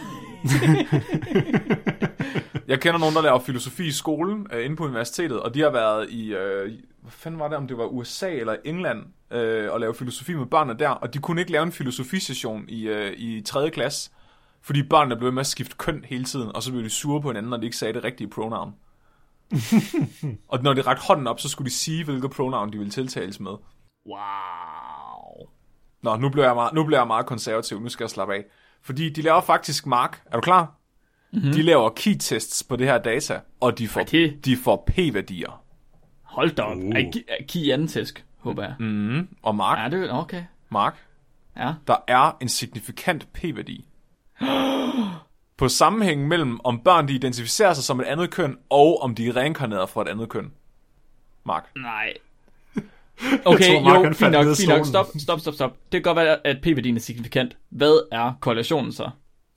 Jeg kender nogen, der laver filosofi i skolen, øh, inde på universitetet, og de har været i, øh, hvad fanden var det, om det var U S A eller England, øh, og lave filosofi med børnene der, og de kunne ikke lave en filosofisession i, øh, i tredje klasse, fordi børnene blev med at skifte køn hele tiden, og så blev de sure på hinanden, når de ikke sagde det rigtige pronoun. Og når de rakte hånden op, så skulle de sige, hvilket pronoun de ville tiltales med. Wow. Nå, nu bliver jeg meget, nu bliver jeg meget konservativ, nu skal jeg slappe af. Fordi de laver faktisk, Mark, er du klar? Mm-hmm. De laver key-tests på det her data, og de får, det? de får p-værdier. Hold da op. Uh. Uh. Giv anden tæsk, håber jeg. Mm. Og Mark, Ja, det er okay. Mark, Ja. der er en signifikant p-værdi på sammenhængen mellem, om børn de identificerer sig som et andet køn, og om de er reinkarneret fra et andet køn. Mark. Nej. Okay, tror, Mark, jo, han fint faldt nok, ned af fint nok. stolen. Stop, stop, stop, stop. Det kan godt være, at p-værdien er signifikant. Hvad er korrelationen så?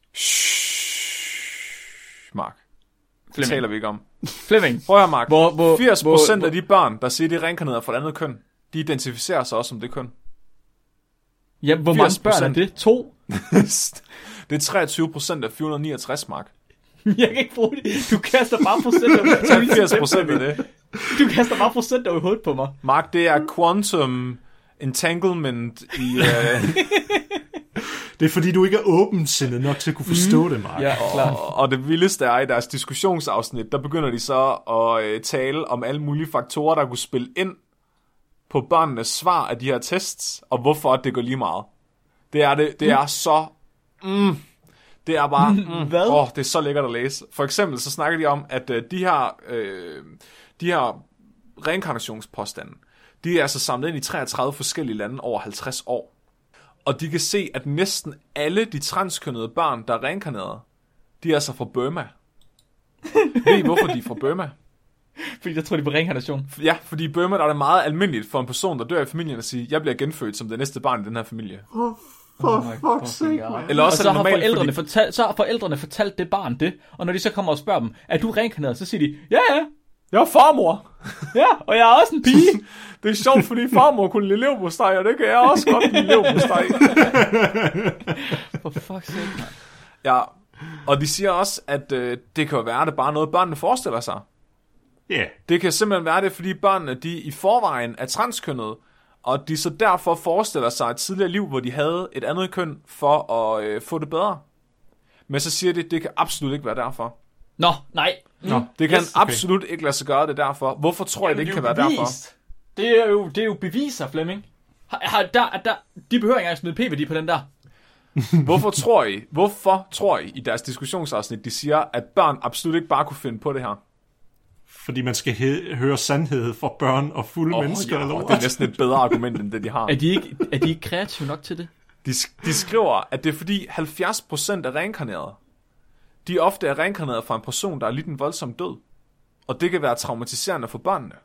Shhh, Mark. Det Flemming. taler vi ikke om. Flemming. Prøv at høre, Mark. Hvor- hvor- firs procent hvor- af de børn, der siger, de er reinkarneret fra et andet køn, de identificerer sig også som det køn. Ja, hvor mange firs børn er procent. det? To? Det er treogtyve procent af fire hundrede niogtres, Mark. Jeg kan ikke bruge det. Du kaster bare procenter. firs procent af det. Du kaster bare procenter i hovedet på mig. Mark, det er quantum entanglement i... Uh... Det er fordi, du ikke er åbensindet nok til at kunne forstå mm. det, Mark. Ja, klart. og, og det vildeste er, i deres diskussionsafsnit, der begynder de så at uh, tale om alle mulige faktorer, der kunne spille ind på børnenes svar af de her tests, og hvorfor det går lige meget. Det er, det, det er så... Mm, det er bare... Mm, Hvad? Åh, det er så lækkert at læse. For eksempel så snakker de om, at uh, de her, øh, de her reinkarnationspåstande, de er altså samlet ind i treogtredive forskellige lande over halvtreds år. Og de kan se, at næsten alle de transkønnede børn, der er reinkarnerede, de er altså fra Burma. Ved I, hvorfor de er fra Burma? Fordi jeg tror, de er på reinkarnation. Ja, fordi i Burma der er det meget almindeligt for en person, der dør i familien, at sige, jeg bliver genfødt som det næste barn i den her familie. For fuck's sake, man. Eller Og også så er det har, normalt, forældrene fordi... fortalt, så har forældrene fortalt det barn det, og når de så kommer og spørger dem, er du reinkarneret, så siger de, ja, ja, Jeg er farmor. ja, og jeg er også en pige. Det er sjovt, fordi farmor kunne lide leverpostej, og det kan jeg også godt lide leverpostej. For fuck's sake, man. Ja, og de siger også, at øh, det kan jo være, at det er bare noget, børnene forestiller sig. Ja. Yeah. Det kan simpelthen være det, fordi børnene de i forvejen er transkønnede, og de så derfor forestiller sig et tidligere liv, hvor de havde et andet køn for at øh, få det bedre. Men så siger de, at det kan absolut ikke være derfor. Nå, nej. Nå, Det kan Yes, yes, absolut okay. ikke lade sig gøre det derfor. Hvorfor tror jeg, det ikke kan være derfor? Det er jo, det er jo beviser, Flemming. Har, har, der, der, de behøver ikke engang smide p-værdi på den der. Hvorfor tror I, hvorfor tror I i deres diskussionsafsnit, de siger, at børn absolut ikke bare kunne finde på det her? Fordi man skal he- høre sandhed fra børn og fulde oh, mennesker. ja, Eller det er næsten et bedre argument, end det de har. Er de ikke, er de ikke kreative nok til det? De, de skriver, at det er fordi halvfjerds procent af reinkarnerede, de ofte er reinkarneret fra en person, der er lidt en voldsom død. Og det kan være traumatiserende for børnene.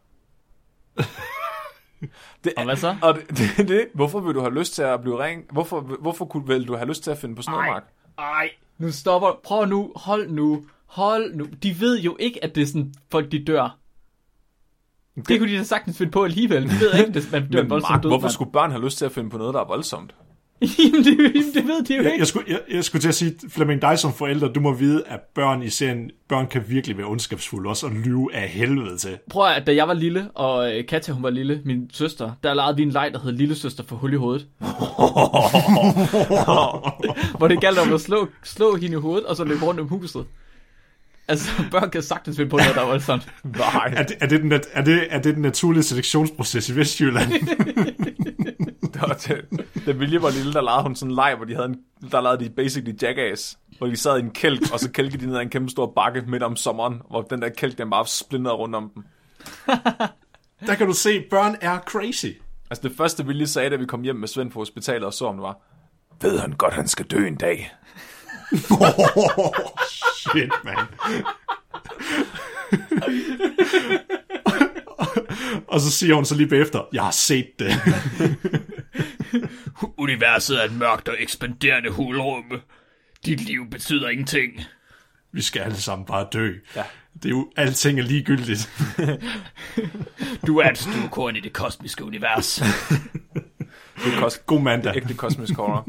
Det, Og hvad så? Og det, det, det, hvorfor vil du have lyst til at blive ren? Hvorfor, hvorfor kunne, vil du have lyst til at finde på sådan noget, Mark? Ej, nu stopper. Prøv nu. Hold nu. Hold nu. De ved jo ikke, at det er sådan, folk de dør. Det, det kunne de da sagtens finde på alligevel. De ved ikke, at man dør Men voldsomt Mark, død. hvorfor skulle børn have lyst til at finde på noget, der er voldsomt? Jamen, det, det ved de jo Jeg, ikke. jeg, skulle, jeg, jeg skulle til at sige, Flemming, dig som forældre, du må vide, at børn i serien, børn kan virkelig være ondskabsfulde også, og lyve af helvede til. Prøv at, da jeg var lille, og øh, Katja, hun var lille, min søster, der legede vi en leg, der hed Lille Søster for hul i hovedet. Hvor det galt om at slå, slå hende i hovedet, og så løbe rundt om huset. Altså, børn kan sagtens finde på noget, der er voldsomt. Nej. Er det, er, det den, er, det, er det den naturlige selektionsproces i Vestjylland? Det var det. Da Vilje var lille, der lavede hun sådan en leg, hvor de havde en, der lavede de basically Jackass, hvor de sad i en kælk, og så kælkede de ned ad en kæmpe stor bakke midt om sommeren, hvor den der kælk, den bare splintede rundt om dem. Der kan du se, børn er crazy. Altså det første Vilje sagde, da vi kom hjem med Svend på hospitalet og så om det var, ved han godt, han skal dø en dag? Oh, shit, man. Og så siger hun så lige bagefter, jeg har set det. Universet er et mørkt og ekspanderende hulrum. Dit liv betyder ingenting. Vi skal alle sammen bare dø. Ja. Det er jo, alting er ligegyldigt. Du er et stuekorn i det kosmiske univers. Det er kos- God mandag. ægte kosmisk horror.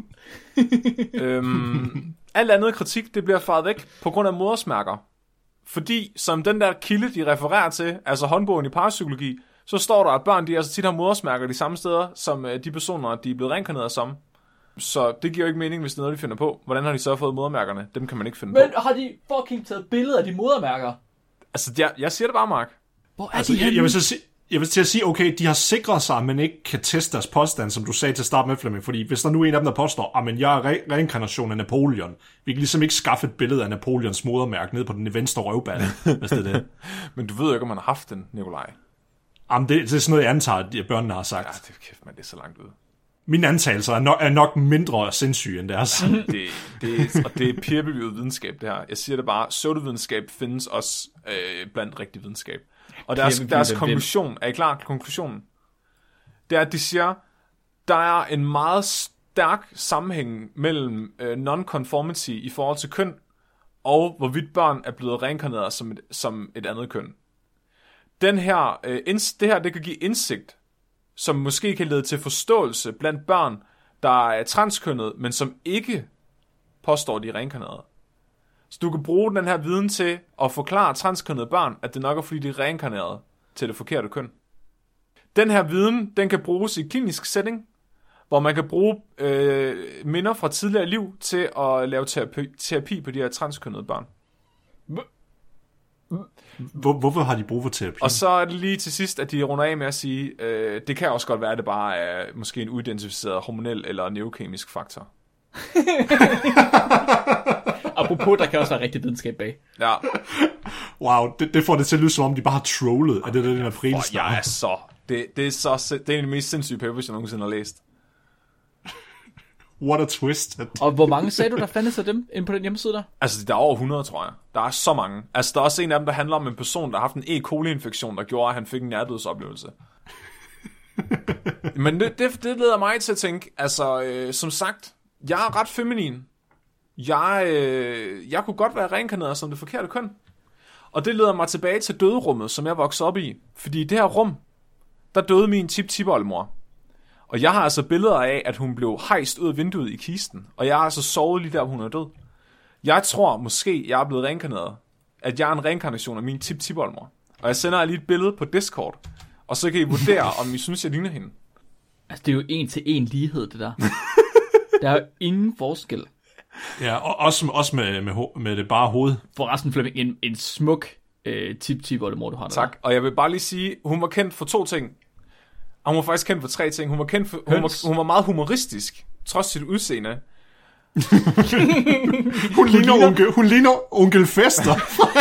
øhm, alt andet kritik, det bliver faret væk på grund af modersmærker. Fordi, som den der kilde, de refererer til, altså håndbogen i parapsykologi, så står der, at børn, de altså tit har modersmærker de samme steder, som de personer, de er blevet reinkarneret som. Så det giver jo ikke mening, hvis det er noget, de finder på. Hvordan har de så fået modermærkerne? Dem kan man ikke finde Men på. har de fucking taget billeder af de modermærker? Altså, jeg, jeg siger det bare, Mark. Hvor er Altså, de jeg, henne? jeg, vil så sige, jeg vil til at sige, okay, de har sikret sig, at man ikke kan teste deres påstand, som du sagde til at starte med, Flemming. Fordi hvis der nu er en af dem, der påstår, at jeg er re- reinkarnation af Napoleon, vi kan ligesom ikke skaffe et billede af Napoleons modermærke ned på den venstre røvballe, hvis det er det. Men du ved jo ikke, om man har haft den, Nikolaj. Jamen, det, det er sådan noget, jeg antager, at børnene har sagt. Ja, det er kæft, man, det er så langt ude. Mine antagelser er nok, er nok mindre sindssyge end deres. Det, det, og det er peer-reviewed videnskab, det her. Jeg siger det bare, pseudovidenskab findes også øh, blandt rigtig videnskab. Og deres, deres konklusion, er I klar? Konklusionen, det er, at de siger, der er en meget stærk sammenhæng mellem øh, non-conformity i forhold til køn, og hvorvidt børn er blevet reinkarneret som et, som et andet køn. Den her, øh, ins, det her, det kan give indsigt, som måske kan lede til forståelse blandt børn, der er transkønnet, men som ikke påstår, de er reinkarnerede. Så du kan bruge den her viden til at forklare transkønnede børn, at det nok er, fordi de er reinkarnerede til det forkerte køn. Den her viden, den kan bruges i klinisk setting, hvor man kan bruge øh, minder fra tidligere liv til at lave terapi, terapi på de her transkønnede børn. Hvor, hvorfor har de brug for terapi? Og så er det lige til sidst, at de runder af med at sige, øh, det kan også godt være, at det bare er måske en uidentificeret hormonel eller neurokemisk faktor. Apropos, der kan også være rigtig videnskab bag. Ja. Wow, det, det får det til at lyde som om, de bare har trollet. Er det den her Og frilstar? jeg er så... Det, det, er så det er en af de mest sindssyge papers, jeg nogensinde har læst. What a twist. Og hvor mange sagde du, der fandtes af dem inde på den hjemmeside der? Altså, der er over hundrede, tror jeg. Der er så mange. Altså, der er også en af dem, der handler om en person, der har haft en E. coli-infektion, der gjorde, at han fik en nærdødsoplevelse. Men det, det, det leder mig til at tænke, altså, øh, som sagt, jeg er ret feminin. Jeg, øh, jeg kunne godt være reinkarneret som det forkerte køn. Og det leder mig tilbage til døderummet, som jeg voksede op i. Fordi i det her rum, der døde min tip-tip-oldemor. Og jeg har altså billeder af, at hun blev hejst ud af vinduet i kisten. Og jeg har altså sovet lige der, hvor hun er død. Jeg tror måske, jeg er blevet reinkarneret. At jeg er en reinkarnation af min tip-tip-oldemor. Og jeg sender jer lige et billede på Discord. Og så kan I vurdere, om I synes, jeg ligner hende. Altså, det er jo en til en lighed, det der. Der er jo ingen forskel. Ja, og også, også med, med, med det bare hoved. Forresten, Flemming, en, en smuk øh, tip-tip-oldemor, du har der. Tak. Og jeg vil bare lige sige, hun var kendt for to ting. Og hun var faktisk kendt for tre ting. Hun var kendt for, hun var, hun var meget humoristisk, trods sit udseende. Hun ligner onkel, hun ligner onkel Fester.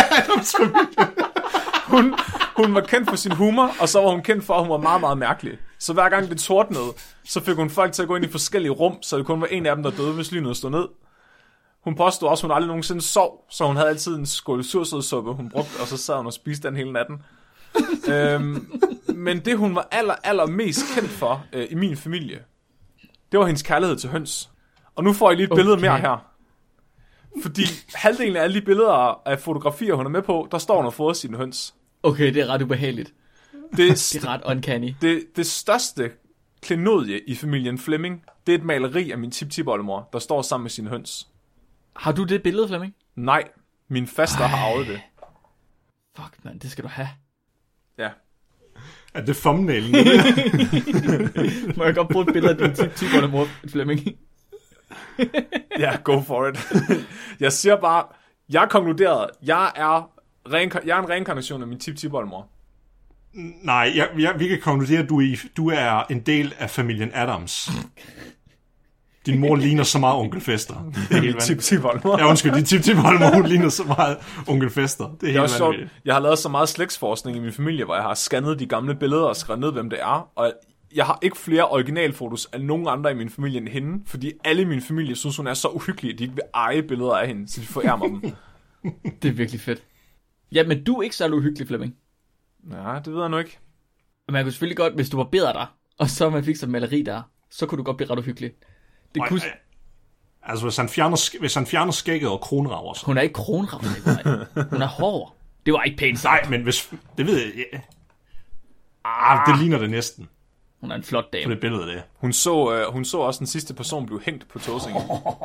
hun, hun var kendt for sin humor, og så var hun kendt for, at hun var meget, meget mærkelig. Så hver gang det tordnede, så fik hun folk til at gå ind i forskellige rum, så det kun var en af dem, der døde, hvis lynet stod ned. Hun påstod også, at hun aldrig nogensinde sov, så hun havde altid en skål sursødsuppe, hun brugte, og så sad hun og spiste den hele natten. øhm, men det, hun var aller, aller mest kendt for øh, i min familie, det var hendes kærlighed til høns. Og nu får I lige et okay. billede mere her. Fordi halvdelen af alle de billeder af fotografier, hun er med på, der står hun og fodrer sine høns. Okay, det er ret ubehageligt. Det, Det er ret uncanny. det, det største klenodie i familien Fleming, det er et maleri af min tip-tip-oldemor, der står sammen med sine høns. Har du det billede, Flemming? Nej, min faster har arvet det. Fuck, mand, det skal du have. Ja. Er det thumbnailen? Må jeg godt bruge et billede af din tip-tip mor, Flemming? Ja, go for it. Jeg siger bare, jeg konkluderede, jeg er, reinka- jeg er en reinkarnation af min tip-tip-oldemor. Nej, jeg, jeg, vi kan konkludere, at du er, i, du er en del af familien Adams. Din mor ligner så meget onkel Fester. Det er helt vanvittigt. Tip-tip-oldemor. Ja, undskyld, din tip-tip-oldemor, hun ligner så meget onkel Fester. Det er Det er helt også sjovt. vanvittigt. Jeg har lavet så meget slægtsforskning i min familie, hvor jeg har scannet de gamle billeder og skrevet ned, hvem det er. Og jeg har ikke flere originalfotos af nogen andre i min familie end hende, fordi alle i min familie synes, hun er så uhyggelig, at de ikke vil eje billeder af hende, så de forærmer dem. Det er virkelig fedt. Ja, men du er ikke så uhyggelig, Flemming. Ja, det ved jeg nu ikke. Man kunne selvfølgelig godt, hvis du var bedre der, og så man fik sådan en maleri der, så kunne du godt blive ret uhyggelig. Det Ej, kunne... ej. Altså, hvis han fjerner, sk- hvis han fjerner skægget og kronraver sig. Hun er ikke kronrav, hun er hård. Det var ikke pænt Nej, sagt. men hvis... Det ved jeg... Ja. Ah, det ligner det næsten. Hun er en flot På dame. det billede der. Hun så, øh, hun så også den sidste person blive hængt på Tåsinge.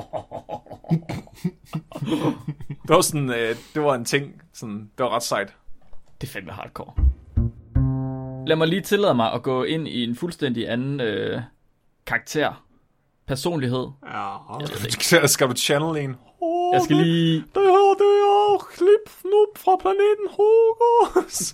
Det var sådan, øh, det var en ting, sådan, det var ret sejt. Det er fandme hardcore. Lad mig lige tillade mig at gå ind i en fuldstændig anden øh, karakter. Personlighed. Ja. Jeg ved det ikke. Skal, skal du channel en? Jeg skal lige... Det her, det er klip snup fra planeten Hogos.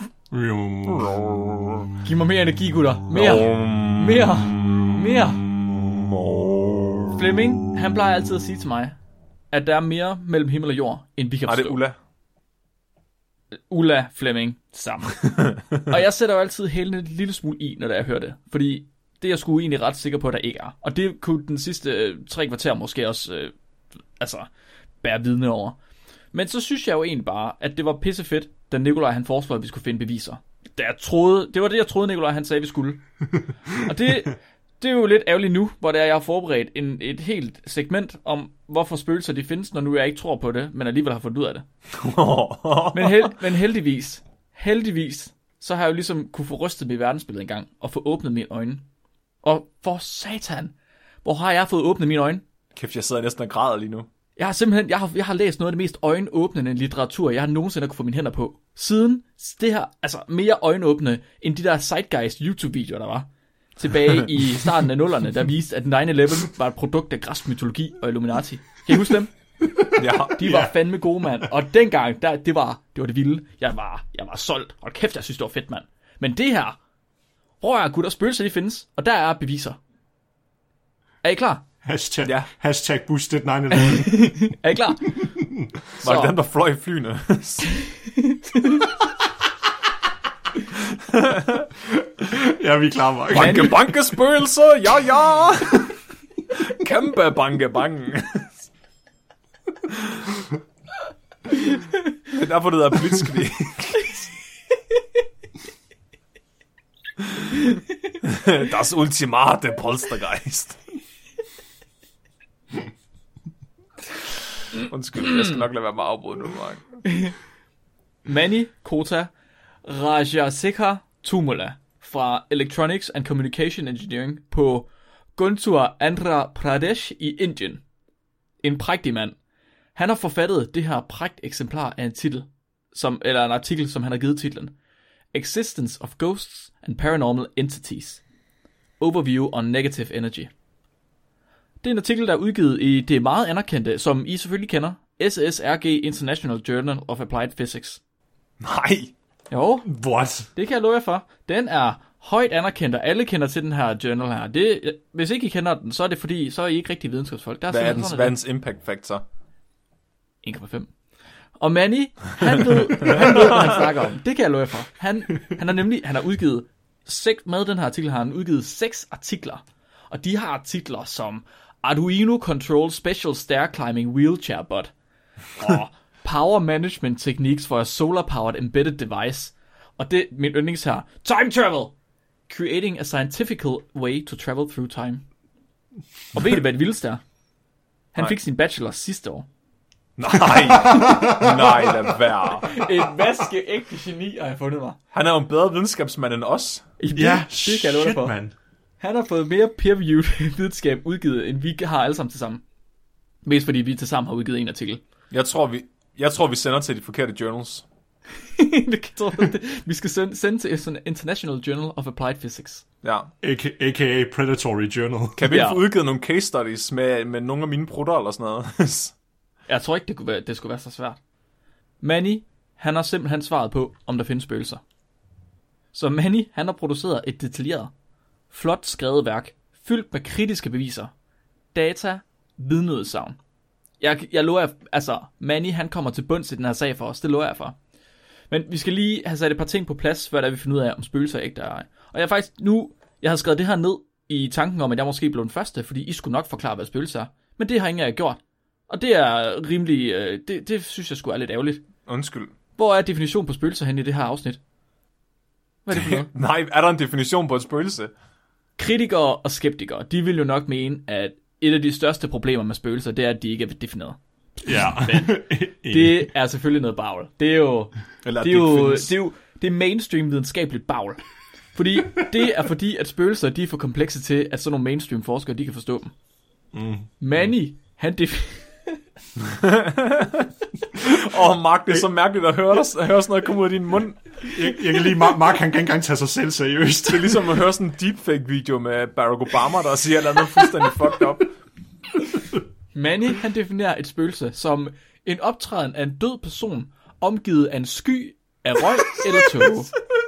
Giv mig mere energi, gutter. Mere. Mere. Mere. Flemming, han plejer altid at sige til mig, at der er mere mellem himmel og jord, end vi kan Nej, forstå. det er Ulla. Ulla Flemming sammen. Og jeg sætter jo altid hælene en lille smule i, når jeg hører det. Fordi det er jeg sgu egentlig ret sikker på, at der ikke er. Og det kunne den sidste øh, tre kvarter måske også øh, altså, bære vidne over. Men så synes jeg jo egentlig bare, at det var pissefedt, da Nikolaj han foreslog, at vi skulle finde beviser. Da jeg troede, det var det, jeg troede, Nikolaj han sagde, vi skulle. Og det, det er jo lidt ærgerligt nu, hvor det er, jeg har forberedt en, et helt segment om, hvorfor spøgelser de findes, når nu jeg ikke tror på det, men alligevel har fundet ud af det. Men, held, men heldigvis, heldigvis, så har jeg jo ligesom kunne få rystet mit verdensbillede en gang, og få åbnet mine øjne. Og for satan, hvor har jeg fået åbnet mine øjne? Kæft, jeg sidder næsten og græder lige nu. Jeg har simpelthen, jeg har, jeg har læst noget af det mest øjenåbnende litteratur, jeg har nogensinde kunne få mine hænder på. Siden det her, altså mere øjenåbne, end de der Zeitgeist YouTube-videoer, der var. Tilbage i starten af nullerne, der viste, at nine eleven var et produkt af græsk mytologi og Illuminati. Kan I huske dem? Ja. De var fandme gode, mand. Og dengang, der, det, var, det var det vilde. Jeg var, jeg var solgt. Og kæft, jeg synes, det var fedt, mand. Men det her, hvor er gutter, spøgelser, de findes. Og der er beviser. Er I klar? Hashtag, Ja. hashtag boosted nine eleven. Er I klar? Var det den, der fløj i flyene? Ja, vi er klar, Mark. Banke, banke, spøgelser, ja, ja. Kæmpe banke, bange. Det er derfor, det hedder blitzkrig. Das ultimate Poltergeist. Undskyld, jeg skal nok lade være med at afbryde nu, Mark. Mani Kota Rajasekhar Tumula fra Electronics and Communication Engineering på Guntur Andhra Pradesh i Indien. En prægtig mand. Han har forfattet det her prægt eksemplar af en titel, som, eller en artikel, som han har givet titlen Existence of Ghosts and Paranormal Entities. Overview on Negative Energy. Det er en artikel, der er udgivet i det meget anerkendte, som I selvfølgelig kender, S S R G International Journal of Applied Physics. Nej. Jo, What? det kan jeg love jer for. Den er højt anerkendt, og alle kender til den her journal her. Det, hvis ikke I kender den, så er det fordi, så er I ikke rigtig videnskabsfolk. Der er Hvad er simpelthen dens, sådan, hvad er at dens impact factor? en komma fem. Og Manny, han ved, han ved, hvad han snakker om. Det kan jeg love jer for. Han, han har nemlig, han har udgivet, seks, med den her artikel har han udgivet seks artikler. Og de har artikler som Arduino Control Special Stair Climbing Wheelchair Bot. Og Power Management Techniques for a Solar Powered Embedded Device. Og det er min yndlings her. Time Travel! Creating a Scientific Way to Travel Through Time. Og ved I, hvad det vildeste er? Han Nej. fik sin bachelor sidste år. Nej, nej, lad være. Et vaskeægte geni har jeg fundet mig. Han er jo en bedre videnskabsmand end os. Det, Ja, det kan jeg love dig shit, for. man. Han har fået mere peer-reviewed videnskab udgivet, end vi har alle sammen til sammen. Mest fordi vi til sammen har udgivet en artikel. Jeg tror, vi, jeg tror, vi sender til de forkerte journals. Det kan tror jeg, det. Vi skal sende, sende til International Journal of Applied Physics. Ja. A K A Predatory Journal. Kan vi ikke Ja. få udgivet nogle case studies med, med nogle af mine prutter eller sådan noget? Jeg tror ikke, det, kunne være, det skulle være så svært. Manny, han har simpelthen svaret på, om der findes spøgelser. Så Manny, han har produceret et detaljeret, flot skrevet værk, fyldt med kritiske beviser, data, vidneudsagn. Jeg, jeg lover, altså, Manny, han kommer til bunds i den her sag for os, det lover jeg for. Men vi skal lige have sat et par ting på plads, før der vi finder ud af, om spøgelser er ægte eller ej. Og jeg faktisk nu, jeg har skrevet det her ned i tanken om, at jeg måske blev den første, fordi I skulle nok forklare, hvad spøgelser er. Men det har ingen af jer gjort. Og det er rimelig, øh, det, det synes jeg sgu er lidt ærgerligt. Undskyld. Hvor er definitionen på spøgelser hen i det her afsnit? Hvad er det for noget? Nej, er der en definition på et spøgelse? Kritikere og skeptikere, de vil jo nok mene, at et af de største problemer med spøgelser, det er, at de ikke er defineret. Ja. Det er selvfølgelig noget bagl. Det er jo, Eller det er jo, findes. det er jo det er mainstream videnskabeligt bagl. Fordi det er fordi, at spøgelser, de er for komplekse til, at sådan nogle mainstream forskere, de kan forstå dem. Mm. Manny, han definerer... Åh, oh, Mark, det er så mærkeligt at høre, dig, at høre sådan noget komme ud af din mund. Jeg, jeg kan lige, Mark, Mark han kan ikke engang tage sig selv seriøst. Det er ligesom at høre sådan en deepfake-video med Barack Obama, der siger et eller andet fuldstændig fucked up. Manny, han definerer et spøgelse som en optræden af en død person, omgivet af en sky af røg eller tåge.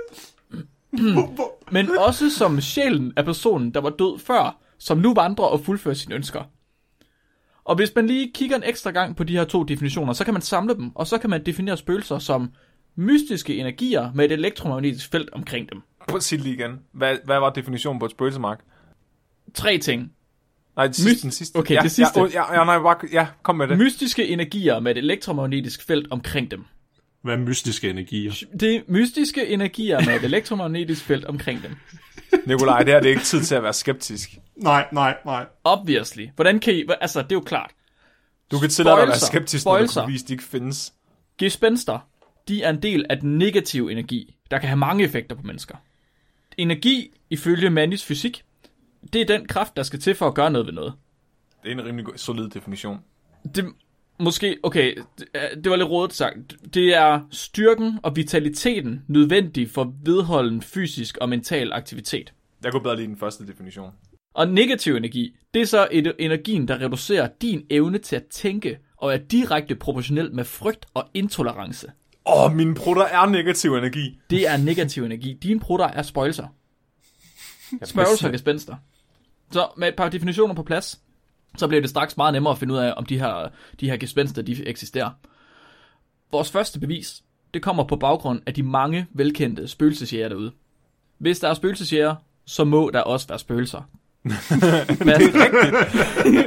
Men også som sjælen af personen, der var død før, som nu vandrer og fuldfører sine ønsker. Og hvis man lige kigger en ekstra gang på de her to definitioner, så kan man samle dem, og så kan man definere spøgelser som mystiske energier med et elektromagnetisk felt omkring dem. Prøv at sige det lige igen. Hvad, hvad var definitionen på et spøgelse, Mark? Tre ting. Nej, det sidste. Myst- Den sidste. Okay, ja, det sidste. Ja, ja, ja, nej, bare, ja, kom med det. Mystiske energier med et elektromagnetisk felt omkring dem. Hvad er mystiske energier? Det er mystiske energier med et elektromagnetisk felt omkring dem. Nikolaj, det her det er ikke tid til at være skeptisk. Nej, nej, nej. Obviously. Hvordan kan I... Altså, det er jo klart. Du kan tillade dig at være Spøgelser. skeptisk, når du Spøgelser. kan vise, at de ikke findes. Gespenster, de er en del af den negative energi, der kan have mange effekter på mennesker. Energi, ifølge Mannys fysik, det er den kraft, der skal til for at gøre noget ved noget. Det er en rimelig god- solid definition. Det måske... Okay, det, det var lidt rådet sagt. Det er styrken og vitaliteten nødvendig for vedholden fysisk og mental aktivitet. Jeg kunne bedre lide den første definition. Og negativ energi, det er så et, energien, der reducerer din evne til at tænke, og er direkte proportionel med frygt og intolerance. Åh, oh, mine prutter er negativ energi. Det er negativ energi. Dine prutter er spøgelser. Spøgelser og gespenster. Så med et par definitioner på plads, så bliver det straks meget nemmere at finde ud af, om de her, de her gespenster, de eksisterer. Vores første bevis, det kommer på baggrund af de mange velkendte spøgelsesjæger derude. Hvis der er spøgelsesjæger, så må der også være spøgelser. Hvad? Det er rigtigt.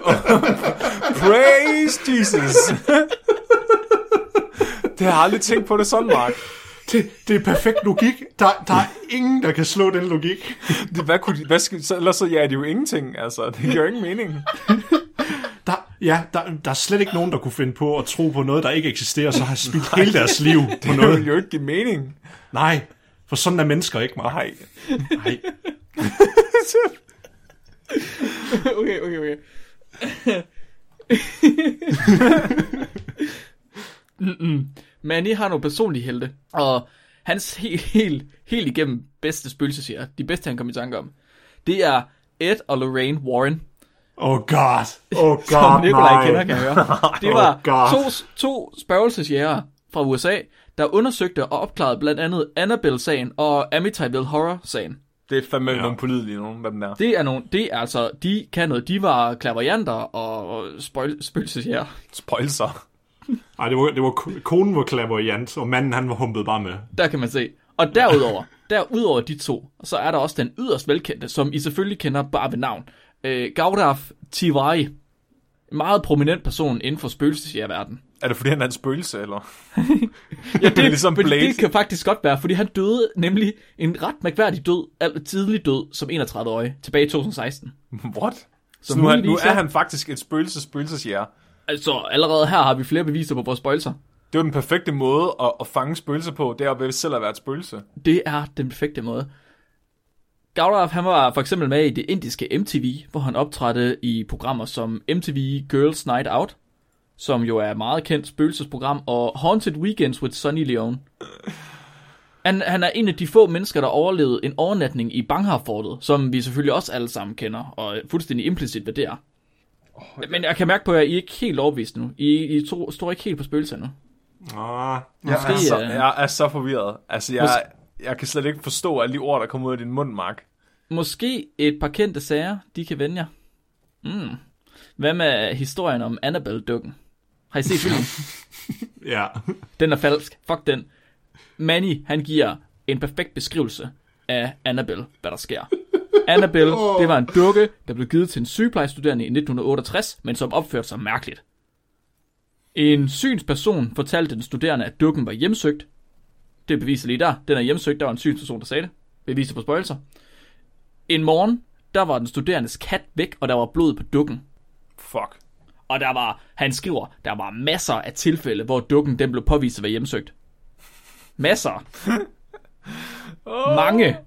Praise Jesus. Det har jeg aldrig tænkt på det sådan, Mark. Det, det er perfekt logik. Der, der er ingen, der kan slå den logik. Det, hvad kunne de, hvad skal, så, ellers så ja, det er jo ingenting. Altså, det giver jo ingen mening. Der, ja, der, der er slet ikke nogen, der kunne finde på at tro på noget, der ikke eksisterer, så har spildt hele deres liv på Det noget. vil jo ikke give mening. Nej, for sådan er mennesker ikke, Mark. Nej. Nej. Okay, okay, okay. Mm-mm. Manny har nogle personlige helte, og hans helt, helt, helt igennem bedste spøgelsesjæger, de bedste han kom i tanke om, det er Ed og Lorraine Warren, Oh god. Oh god, som Nikolaj nej. kender, kan jeg høre. Det var Oh God. to, to spøgelsesjægere fra U S A, der undersøgte og opklarede blandt andet Annabelle-sagen og Amityville Horror-sagen. Det er fandme Ja. ja. nogle pålidelige nogen, hvad den er. Det er nogle, det er altså, de kan noget. De var klaverjanter og spøg, spøgelsesjæger. Spoilser. Ej, det var, det var konen var klaverjant, og manden han var humpet bare med. Der kan man se. Og derudover, derudover de to, så er der også den yderst velkendte, som I selvfølgelig kender bare ved navn. Øh, Gaurav Tiwari. En meget prominent person inden for spøgelsesjægerverdenen. Er det fordi, han er en spøgelse, eller? Ja, det, ligesom men Blade. det kan faktisk godt være, fordi han døde nemlig en ret mærkværdig død, alt tidlig død, som enogtredive-årig, tilbage i to tusind og seksten. What? Så Så nu, er, nu muligvis er er- han faktisk et spøgelse spøgelsesjæger. Altså, allerede her har vi flere beviser på vores spøgelser. Det er jo den perfekte måde at, at fange spøgelser på, det er at selv at være et spøgelse. Det er den perfekte måde. Gaurav, han var for eksempel med i det indiske M T V, hvor han optrådte i programmer som M T V Girls Night Out, som jo er et meget kendt spøgelsesprogram, og Haunted Weekends with Sunny Leone. Han, han er en af de få mennesker, der overlevede en overnatning i Banghar-fortet, som vi selvfølgelig også alle sammen kender, og fuldstændig implicit hvad det er. Men jeg kan mærke på jer, at I er ikke helt overbevist nu. I, I to, står ikke helt på spøgelser nu. Ah, jeg, er så, jeg er så forvirret. Altså, jeg, jeg kan slet ikke forstå alle de ord, der kommer ud af din mund, Mark. Måske et par kendte sager, de kan vende jer. Mm. Hvad med historien om Annabelle-dukken? Har I set filmen? Ja. Den er falsk. Fuck den. Manny, han giver en perfekt beskrivelse af Annabelle, hvad der sker. Annabelle, oh. det var en dukke, der blev givet til en sygeplejestuderende i nitten otteogtres, men som opførte sig mærkeligt. En synsperson fortalte den studerende, at dukken var hjemsøgt. Det beviser lige der. Den er hjemsøgt, der var en synsperson, der sagde det. Beviser på spøgelser. En morgen, der var den studerendes kat væk, og der var blod på dukken. Fuck. Og der var, han skriver, der var masser af tilfælde, hvor dukken den blev påvist at være hjemsøgt. Masser. oh, Mange.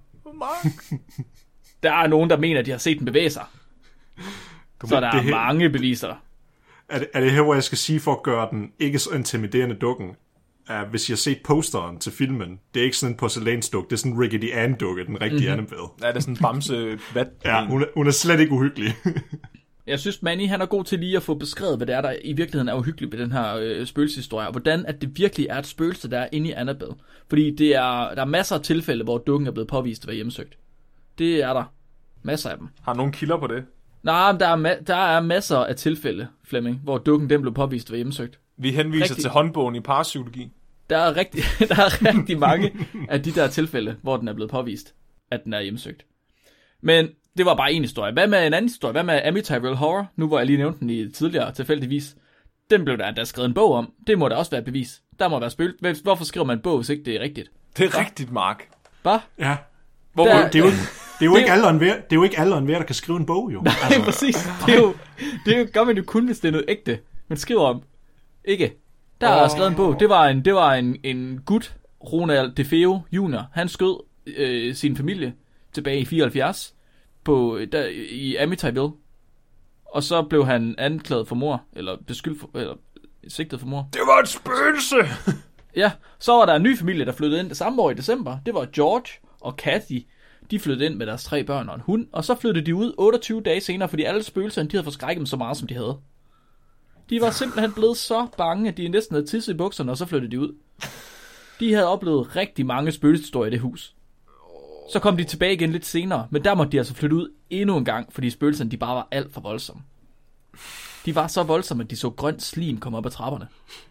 Der er nogen, der mener, at de har set den bevæge sig. Så der er her, mange beviser. Er det, er det her, hvor jeg skal sige, for at gøre den ikke så intimiderende dukken? Uh, hvis jeg har set posteren til filmen, det er ikke sådan en porcelænsduk, det er sådan en Raggedy Ann-dukke, den rigtige mm-hmm. Annabelle. Ja, det er sådan en bamse vat. Ja, hun er, hun er slet ikke uhyggelig. Jeg synes, Manny, han er god til lige at få beskrevet, hvad det er, der i virkeligheden er uhyggeligt ved den her øh, spøgelseshistorie, og hvordan at det virkelig er et spøgelse, der er inde i Annabelle. Fordi det er, der er masser af tilfælde, hvor dukken er blevet påvist at være hjemsøgt. Det er der. Masser af dem. Har nogen kilder på det? Nej, men der er, ma- der er masser af tilfælde, Flemming, hvor dukken den blev påvist at være hjemsøgt. Vi henviser rigtig... til håndbogen i parapsykologi. Der er, rigtig, der er rigtig mange af de der tilfælde, hvor den er blevet påvist, at den er hjemsøgt. Men det var bare en historie. Hvad med en anden historie? Hvad med Amityville Horror? Nu hvor jeg lige nævnte den i tidligere tilfældigvis. Den blev der, der skrevet en bog om. Det må da også være et bevis. Der må være spil. Hvorfor skriver man en bog, hvis ikke det er rigtigt? Det er Hva? rigtigt, Mark. Hvad? Ja. Hvor, der, det er jo, det er jo det ikke alle og enhver, det er jo ikke alle og enhver, der kan skrive en bog, jo. Nej, altså. Præcis. Det er jo, det er jo, gør man jo kun, hvis det er noget ægte. Man skriver om. Ikke. Der er oh. skrevet en bog. Det var en, det var en, en gut, Ronald DeFeo junior Han skød øh, sin familie tilbage i fireoghalvfjerds på, der, i Amityville. Og så blev han anklaget for mord, eller beskyldt for, eller sigtet for mord. Det var et spøgelse! Ja, så var der en ny familie, der flyttede ind det samme år i december. Det var George og Kathy. De flyttede ind med deres tre børn og en hund, og så flyttede de ud otteogtyve dage senere, fordi alle spøgelserne, de havde forskrækket dem så meget, som de havde. De var simpelthen blevet så bange, at de næsten havde tisset i bukserne, og så flyttede de ud. De havde oplevet rigtig mange spøgelseshistorier i det hus. Så kom de tilbage igen lidt senere, men der måtte de altså flytte ud endnu en gang, fordi spøgelserne de bare var alt for voldsomme. De var så voldsomme, at de så grønt slim komme op ad trapperne.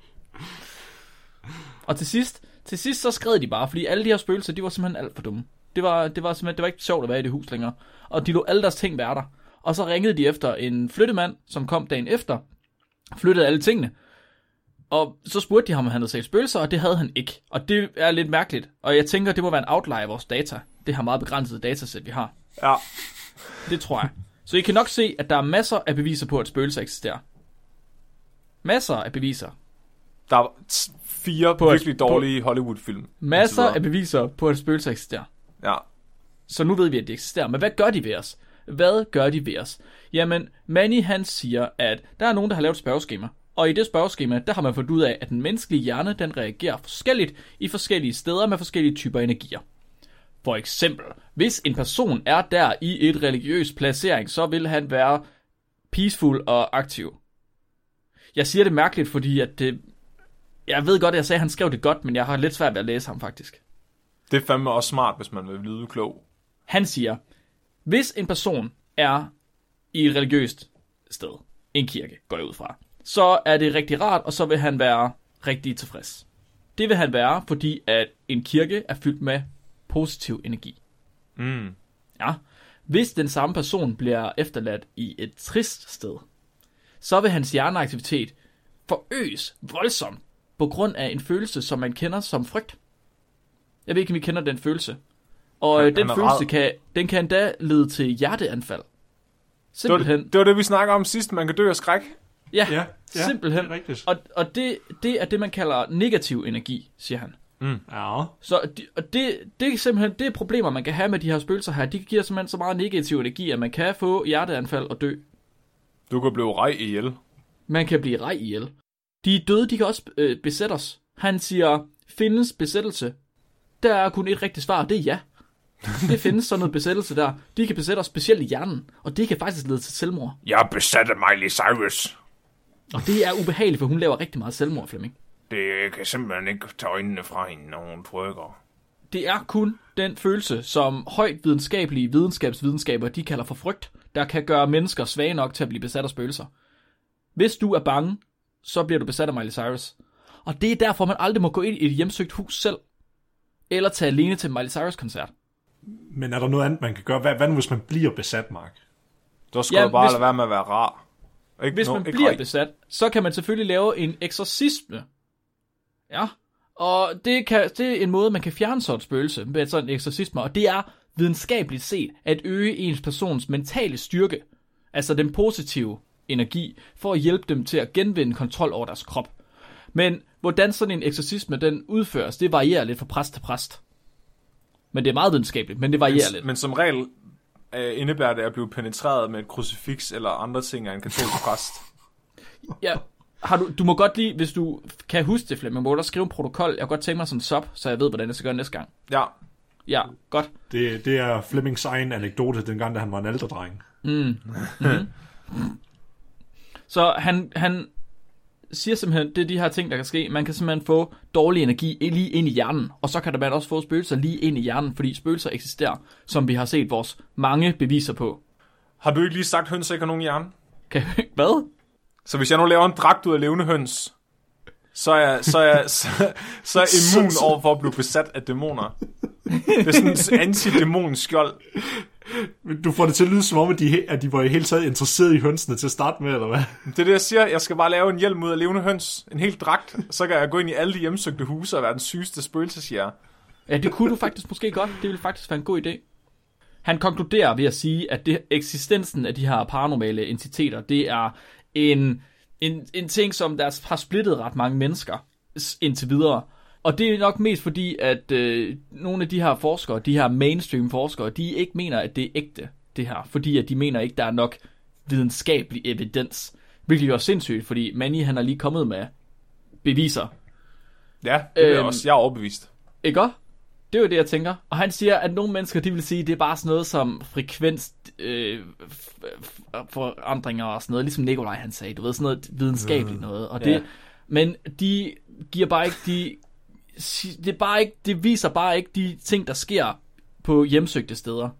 Og til sidst, til sidst så skred de bare, fordi alle de her spøgelser, de var simpelthen alt for dumme. Det var, det var simpelthen, det var ikke sjovt at være i det hus længere. Og de lå alle deres ting være der. Og så ringede de efter en flyttemand, som kom dagen efter, flyttede alle tingene. Og så spurgte de ham, om han havde set spøgelser, og det havde han ikke. Og det er lidt mærkeligt. Og jeg tænker, det må være en outlier af vores data. Det her meget begrænsede datasæt, vi har. Ja. Det tror jeg. Så I kan nok se, at der er masser af beviser på, at spøgelser eksisterer. Masser af beviser. Der er fire på virkelig at, dårlige Hollywood-film. Masser af beviser på, at spøgelser eksisterer. Ja. Så nu ved vi, at det eksisterer. Men hvad gør de ved os? Hvad gør de ved os? Jamen, Manny han siger, at der er nogen, der har lavet et spørgeskema. Og i det spørgeskema, der har man fundet ud af, at den menneskelige hjerne, den reagerer forskelligt i forskellige steder med forskellige typer energier. For eksempel, hvis en person er der i et religiøst placering, så vil han være peaceful og aktiv. Jeg siger det mærkeligt, fordi at det... Jeg ved godt, at jeg sagde, at han skrev det godt, men jeg har lidt svært ved at læse ham faktisk. Det er fandme også smart, hvis man vil lyde klog. Han siger, hvis en person er i et religiøst sted, en kirke, går jeg ud fra, så er det rigtig rart, og så vil han være rigtig tilfreds. Det vil han være, fordi at en kirke er fyldt med positiv energi. Mm. Ja. Hvis den samme person bliver efterladt i et trist sted, så vil hans hjerneaktivitet forøges voldsomt på grund af en følelse, som man kender som frygt. Jeg ved ikke, om I kender den følelse. Og han, den han følelse, kan, den kan endda lede til hjerteanfald. Simpelthen. Det var det, det, var det vi snakker om sidst, man kan dø af skræk. Ja, Ja, ja, simpelthen. det er rigtigt. Og, og det, det er det, man kalder negativ energi, siger han. Ja. Så de, og det, det er simpelthen det problemer, man kan have med de her spøgelser her. De giver simpelthen så meget negativ energi, at man kan få hjerteanfald og dø. Du kan blive rej ihjel. Man kan blive rej ihjel. De døde, de kan også øh, besætte os. Han siger, findes besættelse? Der er kun et rigtigt svar, og det er ja. Det findes sådan noget besættelse der. De kan besætte os specielt i hjernen, og det kan faktisk lede til selvmord. Jeg besatte Miley Cyrus. Og det er ubehageligt, for hun laver rigtig meget selvmord, Flemming. Det kan simpelthen ikke tage øjnene fra hende, når hun trykker. Det er kun den følelse, som højt videnskabelige videnskabsvidenskaber, de kalder for frygt, der kan gøre mennesker svage nok til at blive besat af spøgelser. Hvis du er bange, så bliver du besat af Miley Cyrus. Og det er derfor, man aldrig må gå ind i et hjemsøgt hus selv, eller tage alene til en Miley Cyrus-koncert. Men er der noget andet, man kan gøre? Hvad, hvad nu, hvis man bliver besat, Mark? Så skal Ja, du bare hvis- lade være med at være rar. Ikke Hvis no, man ikke bliver rej. besat, så kan man selvfølgelig lave en eksorcisme. Ja, og det, kan, det er en måde, man kan fjerne sådan et spøgelse med sådan en eksorcisme, og det er videnskabeligt set at øge ens persons mentale styrke, altså den positive energi, for at hjælpe dem til at genvinde kontrol over deres krop. Men hvordan sådan en eksorcisme den udføres, det varierer lidt fra præst til præst. Men det er meget videnskabeligt, men det varierer men, lidt. men som regel øh, indebærer det at blive penetreret med et krucifiks eller andre ting af en katolsk præst. Ja, har du, du må godt lige, hvis du kan huske det, Flemming, må du også skrive en protokol. Jeg kan godt tænke mig sådan en sub, så jeg ved, hvordan jeg skal gøre næste gang. Ja. Ja, godt. Det, det er Flemmings egen anekdote, dengang, da han var en alderdreng. Mm. Mm-hmm. Så han, han siger simpelthen, det er de her ting, der kan ske. Man kan simpelthen få dårlig energi lige ind i hjernen, og så kan der man også få spøgelser lige ind i hjernen, fordi spøgelser eksisterer, som vi har set vores mange beviser på. Har du ikke lige sagt, at høns ikke har nogen hjerne? Kan, hvad? Så hvis jeg nu laver en dragt ud af levende høns, så er jeg, så er jeg, så, så er jeg immun over for at blive besat af dæmoner. Det er sådan en anti-dæmon-skjold. Du får det til at lyde som om, at de, at de var i hele taget interesseret i hønsene til at starte med, eller hvad? Det er det, jeg siger. Jeg skal bare lave en hjelm ud af levende høns. En helt dragt. Så kan jeg gå ind i alle de hjemsøgte huse og være den sygeste spøgelsesjæger. Ja, det kunne du faktisk måske godt. Det ville faktisk være en god idé. Han konkluderer ved at sige, at det, eksistensen af de her paranormale entiteter, det er en, en, en ting, som der har splittet ret mange mennesker indtil videre. Og det er nok mest fordi, at øh, nogle af de her forskere, de her mainstream forskere, de ikke mener, at det er ægte, det her. Fordi at de mener ikke, der er nok videnskabelig evidens. Hvilket jo er sindssygt, fordi Manny, han er lige kommet med beviser. Ja, det er Øhm, også. Jeg er overbevist. Ikke også? Det er jo det, jeg tænker. Og han siger, at nogle mennesker, de vil sige, at det er bare sådan noget som frekvens øh, f- f- forandringer og sådan noget. Ligesom Nikolaj, han sagde. Du ved, sådan noget videnskabeligt noget. Og det, Ja. Men de giver bare ikke de... Det, er bare ikke, det viser bare ikke de ting, der sker på hjemsøgte steder.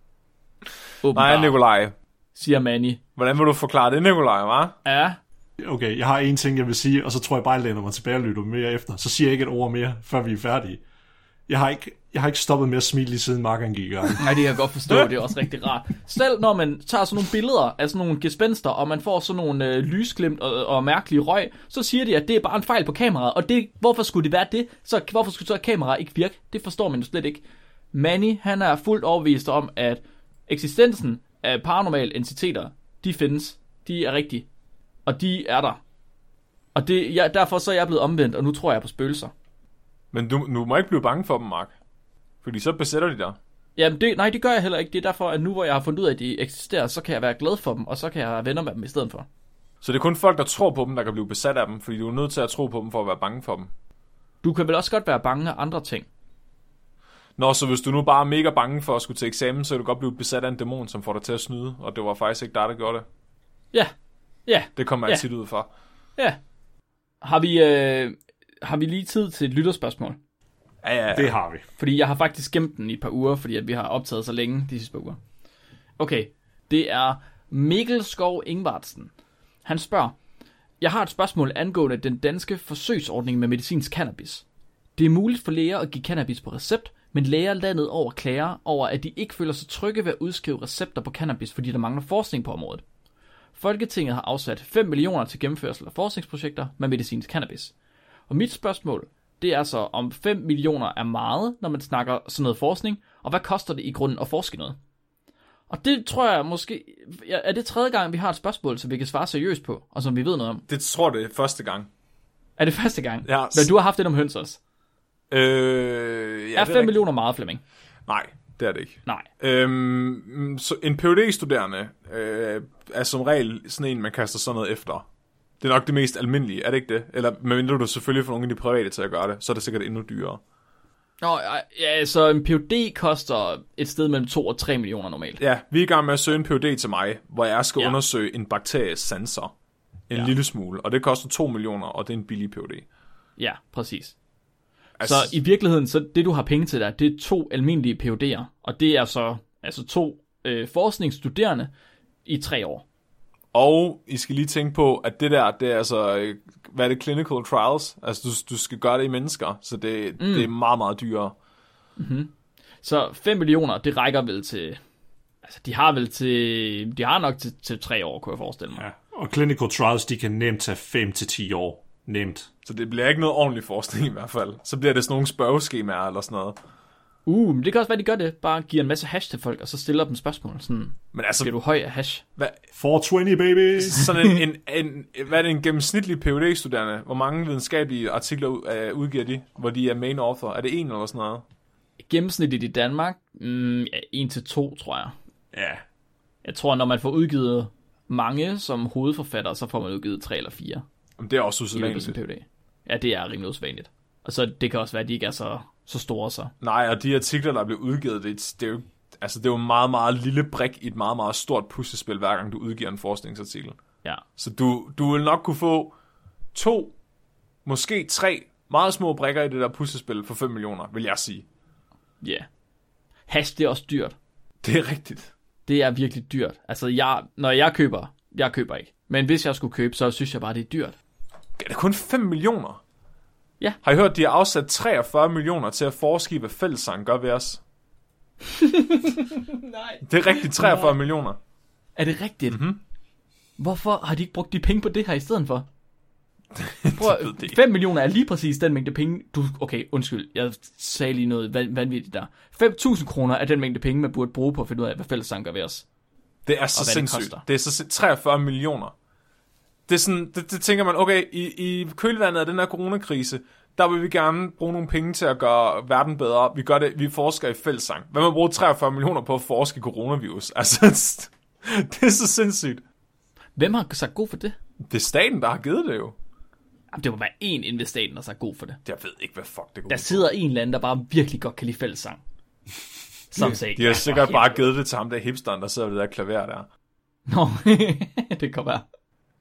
Åbenbart, Nej, Nikolaj. siger Manny. Hvordan vil du forklare det, Nikolaj, hva'? Ja, Okay, jeg har en ting, jeg vil sige, og så tror jeg bare, jeg læner mig tilbage og lytter mere efter. Så siger jeg ikke et ord mere, før vi er færdige. Jeg har ikke, jeg har ikke stoppet med at smile lige siden Mark gik i gang. nej, det kan jeg godt forstå. Det er også rigtig rart. Selv når man tager sådan nogle billeder af sådan nogle gespenster, og man får sådan nogle øh, lysglimt og, og mærkelige røg, så siger de, at det er bare en fejl på kameraet. Og det, hvorfor skulle det være det? Så hvorfor skulle så kameraet ikke virke? Det forstår man jo slet ikke. Manny, han er fuldt overbevist om, at eksistensen af paranormale entiteter, de findes. De er rigtige. Og de er der. Og det, ja, derfor så er jeg blevet omvendt, og nu tror jeg på spøgelser. Men du, du må ikke blive bange for dem, Mark. Fordi så besætter de dig. Jamen, det, nej, det gør jeg heller ikke. Det er derfor, at nu hvor jeg har fundet ud af, at de eksisterer, så kan jeg være glad for dem, og så kan jeg være venner med dem i stedet for. Så det er kun folk, der tror på dem, der kan blive besat af dem. Fordi du er nødt til at tro på dem, for at være bange for dem. Du kan vel også godt være bange af andre ting. Nå, så hvis du nu bare er mega bange for at skulle til eksamen, så kan du godt blive besat af en dæmon, som får dig til at snyde. Og det var faktisk ikke dig, der gjorde det. Ja, ja, Det kommer jeg Ja. tit ud fra. ja. Har vi, øh, har vi lige tid til et lytterspørgsmål? Ja, ja, ja. Det har vi. Fordi jeg har faktisk gemt den i et par uger, fordi at vi har optaget så længe de sidste par uger. Okay, det er Mikkel Skov Ingvartsen. Han spørger, jeg har et spørgsmål angående den danske forsøgsordning med medicinsk cannabis. Det er muligt for læger at give cannabis på recept, men læger landet over klager over, at de ikke føler sig trygge ved at udskrive recepter på cannabis, fordi der mangler forskning på området. Folketinget har afsat fem millioner til gennemførsel af forskningsprojekter med medicinsk cannabis. Og mit spørgsmål, det er så, om fem millioner er meget, når man snakker sådan noget forskning, og hvad koster det i grunden at forske noget? Og det tror jeg måske... Er det tredje gang, vi har et spørgsmål, som vi kan svare seriøst på, og som vi ved noget om? Det tror det er første gang. Er det første gang? Ja. Men du har haft det om høns også. Øh, ja, er fem millioner meget, Flemming? Nej, det er det ikke. Nej. Øhm, så en P H D-studerende øh, er som regel sådan en, man kaster sådan noget efter. Det er nok det mest almindelige, er det ikke det? Eller medmindre du selvfølgelig får nogle af de private til at gøre det, så er det sikkert endnu dyrere. Nå, ja, så en P H D koster et sted mellem to og tre millioner normalt. Ja, vi er i gang med at søge en P H D til mig, hvor jeg skal ja. undersøge en bakteries sensor. En ja. lille smule, og det koster to millioner, og det er en billig P H D. Ja, præcis. Altså, så i virkeligheden, så det du har penge til der, det er to almindelige P H D'er, og det er så altså to øh, forskningsstuderende i tre år. Og I skal lige tænke på, at det der, det er altså, hvad er det, clinical trials? Altså, du, du skal gøre det i mennesker, så det, mm. det er meget, meget dyrere. Mm-hmm. Så fem millioner, det rækker vel til, altså de har vel til, de har nok til, til tre år, kunne jeg forestille mig. Ja. Og clinical trials, de kan nemt tage fem til ti år. Nemt. Så det bliver ikke noget ordentlig forskning i hvert fald. Så bliver det sådan nogle spørgeskemaer eller sådan noget. Uh, men det kan også være, de gør det. Bare giver en masse hash til folk, og så stiller dem spørgsmål. Sådan, men altså, bliver du høj af hash? Hvad, fire tyve, baby! Sådan en, en, en, hvad er det, en gennemsnitlig P H D-studerende? Hvor mange videnskabelige artikler uh, udgiver de, hvor de er main author? Er det en eller sådan noget? Gennemsnitligt i Danmark? Mm, ja, en til to, tror jeg. Ja. Jeg tror, når man får udgivet mange som hovedforfatter, så får man udgivet tre eller fire. Men det er også usædvanligt. Ja, det er rimelig usædvanligt. Og så det kan også være, at de ikke er så, så store så. Nej, og de artikler, der er blevet udgivet, det, det er jo altså det er jo en meget, meget lille brik i et meget, meget stort puslespil, hver gang du udgiver en forskningsartikel. Ja. Så du, du vil nok kunne få to, måske tre meget små brikker i det der puslespil for fem millioner, vil jeg sige. Ja. Yeah. Hash, det er også dyrt. Det er rigtigt. Det er virkelig dyrt. Altså, jeg, når jeg køber, jeg køber ikke. Men hvis jeg skulle købe, så synes jeg bare, det er dyrt. Er det kun fem millioner? Ja. Har I hørt, de har afsat treogfyrre millioner til at forske i, hvad fællessang gør ved os? Nej. Det er rigtigt, treogfyrre millioner. Er det rigtigt? Mm-hmm. Hvorfor har de ikke brugt de penge på det her i stedet for? Prøv, fem millioner er lige præcis den mængde penge, du... Okay, undskyld, jeg sagde lige noget vanvittigt der. fem tusind kroner er den mængde penge, man burde bruge på at finde ud af, hvad fællessang gør ved os. Det er så sindssygt. Det, det er så treogfyrre millioner. Det er sådan, det, det tænker man, okay, i, i kølvandet af den her coronakrise, der vil vi gerne bruge nogle penge til at gøre verden bedre. Vi gør det, vi forsker i fællessang. Hvad man bruger treogfyrre millioner på at forske i coronavirus? Altså, det er så sindssygt. Hvem har sagt god for det? Det er staten, der har givet det jo. Jamen, det må være en inden ved staten, der har sagt god for det. Jeg ved ikke, hvad fuck det går. Der sidder en eller anden, der bare virkelig godt kan lide fællessang. Som sagde, de har sikkert bare givet det til ham der hipsteren, der sidder ved det der klaver der. Nå, det kan være.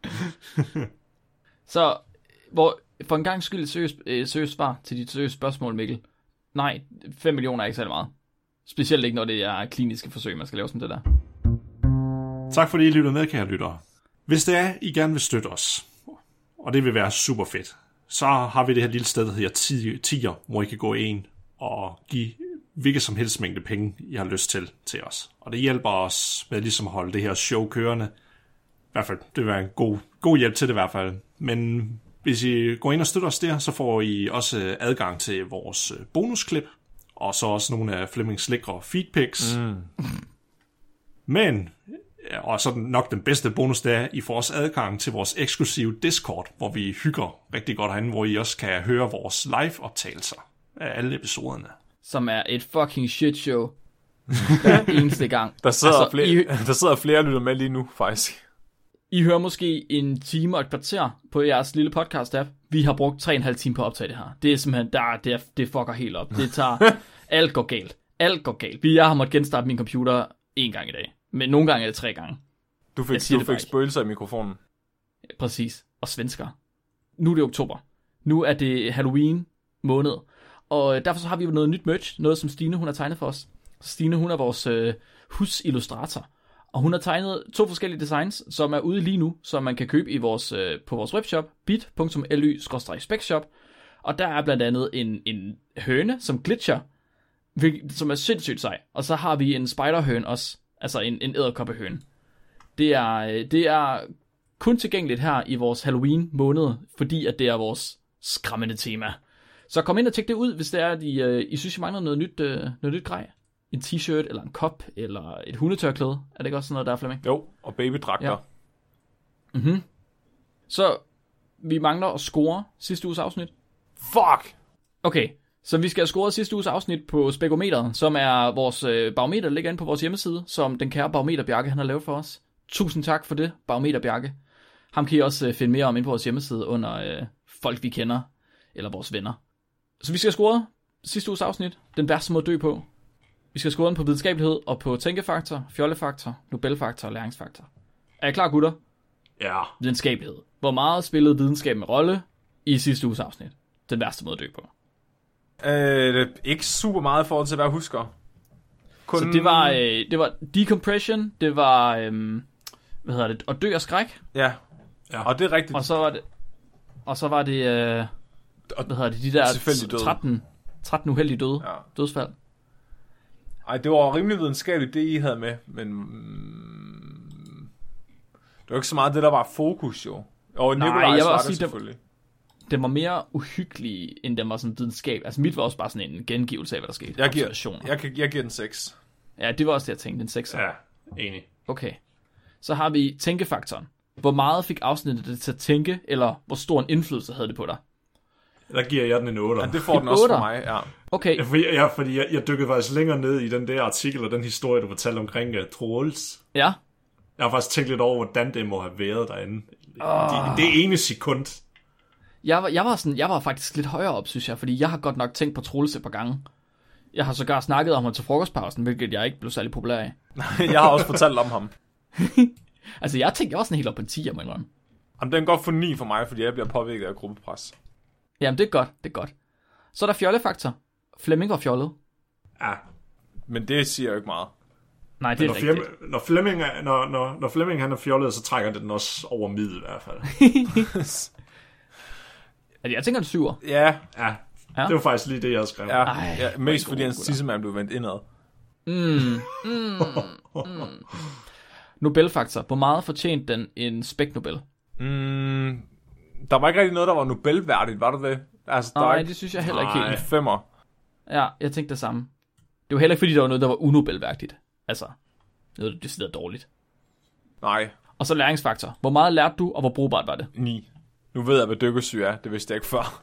Så, hvor, for en gang skyld et seriøst, øh, seriøst svar til dit seriøse spørgsmål, Mikkel. Nej, fem millioner er ikke særlig meget. Specielt ikke, når det er kliniske forsøg, man skal lave som det der. Tak fordi I lyttede med, kære lyttere. Hvis det er, I gerne vil støtte os, og det vil være super fedt, så har vi det her lille sted, der hedder tier, hvor I kan gå ind og give hvilket som helst mængde penge, I har lyst til til os. Og det hjælper os med ligesom at holde det her show kørende. I hvert fald, det vil være en god, god hjælp til det i hvert fald. Men hvis I går ind og støtter os der, så får I også adgang til vores bonusklip, og så også nogle af Flemmings lækre feedpics. Mm. Men, og så nok den bedste bonus, det er, I får også adgang til vores eksklusive Discord, hvor vi hygger rigtig godt herinde, hvor I også kan høre vores live-optagelser af alle episoderne. Som er et fucking shit show. Hver eneste gang. Der sidder, altså, flere, I, der sidder flere lytter med lige nu, faktisk. I hører måske en time og et kvarter på jeres lille podcast-app. Vi har brugt tre og en halv time på at optage det her. Det er simpelthen, der, det, er, det fucker helt op. Det tager, alt går galt. Alt går galt. Jeg har måttet genstarte min computer en gang i dag. Men nogle gange er det tre gange. Du fik, du fik spøgelser i mikrofonen. Ja, præcis. Og svensker. Nu er det oktober. Nu er det Halloween måned. Og derfor så har vi jo noget nyt merch. Noget som Stine, hun har tegnet for os. Stine, hun er vores øh, husillustrator. Og hun har tegnet to forskellige designs, som er ude lige nu, som man kan købe i vores, øh, på vores webshop, bit punktum l y skråstreg specshop. Og der er blandt andet en, en høne, som glitcher, som er sindssygt sej. Og så har vi en spiderhøne også, altså en, en edderkoppehøne. Det er, det er kun tilgængeligt her i vores Halloween måned, fordi at det er vores skræmmende tema. Så kom ind og tjek det ud, hvis det er, at I, uh, I synes, I mangler noget nyt, uh, noget nyt grej. en t-shirt, eller en kop, eller et hundetørklæde. Er det ikke også sådan noget, der er, Flemming? Jo, og babydragter. Ja. Mhm. Så vi mangler at score sidste uges afsnit. Fuck! Okay, så vi skal have scoret sidste uges afsnit på Spekometeret, som er vores øh, barometer, der ligger inde på vores hjemmeside, som den kære Barometer Bjarke, han har lavet for os. Tusind tak for det, Barometer Bjarke. Ham kan I også øh, finde mere om inde på vores hjemmeside under øh, folk, vi kender, eller vores venner. Så vi skal have scoret sidste uges afsnit, den værste måde at dø på. Vi skal score den på videnskabelighed og på tænkefaktor, fjollefaktor, Nobelfaktor og læringsfaktor. Er I klar, gutter? Ja. Videnskabelighed. Hvor meget spillede videnskab med rolle i sidste uges afsnit? Den værste måde at dø på. Øh, ikke super meget i forhold til, hvad jeg husker. Kun... Så det var, øh, det var decompression, det var, øh, hvad hedder det, at dø af skræk. Ja. ja, og det er rigtigt. Og så var det, og så var det, øh, hvad hedder det, de der tretten, tretten uheldige døde, ja. dødsfald. Ej, det var rimelig videnskabeligt, det I havde med, men mm, det var ikke så meget det, der var fokus, jo. Og Nikolaj var det selvfølgelig. Den, den var mere uhyggelig, end den var sådan videnskab. Altså mit var også bare sådan en gengivelse af, hvad der skete. Jeg giver, jeg, jeg giver den seks. Ja, det var også det, jeg tænkte, den sekser. Ja, enig. Okay. Så har vi tænkefaktoren. Hvor meget fik afsnittet det til at tænke, eller hvor stor en indflydelse havde det på dig? Der giver jeg den en otter. Ja, det får den også for mig, ja. Okay. Ja, fordi, ja, fordi jeg, jeg dykkede faktisk længere ned i den der artikel og den historie, du fortalte omkring uh, Troels. Ja. Jeg har faktisk tænkt lidt over, hvordan det må have været derinde. Oh. Det, det ene sekund. Jeg var, jeg, var sådan, jeg var faktisk lidt højere op, synes jeg, fordi jeg har godt nok tænkt på Troels et par gange. Jeg har sågar snakket om ham til frokostpausen, hvilket jeg ikke blev særlig populær af. Jeg har også fortalt om ham. Altså, jeg tænkte, jeg var sådan helt op på en ti, jeg må indrømme. Jamen, den går for ni for mig, fordi jeg bliver påvirket af gruppepres. Jamen, det er godt, det er godt. Så er der fjollefaktor. Flemming var fjollet. Ja. Men det siger jo ikke meget. Nej, det er når rigtigt. Flemming, når, Flemming er, når, når, når Flemming han er fjollet, så trækker det den også over middel i hvert fald. Altså, jeg tænker en syver. Ja. Ja. Ja. Det var faktisk lige det, jeg havde skrevet. Ja, Ej, ja mest fordi hans tissemand blev vendt indad. Mm, mm, mm. Nobelfaktor. Hvor meget fortjente den en Spek Nobel? Mm, der var ikke rigtig noget, der var Nobelværdigt, var det det? Altså, der Nej, ikke... det synes jeg heller ikke helt. En femmer. Ja, jeg tænkte det samme. Det var heller ikke, fordi der var noget, der var unobelværdigt. Altså, noget, der decideret dårligt. Nej. Og så læringsfaktor. Hvor meget lærte du, og hvor brugbart var det? ni. Nu ved jeg, hvad dykkersyge er. Det vidste jeg ikke før.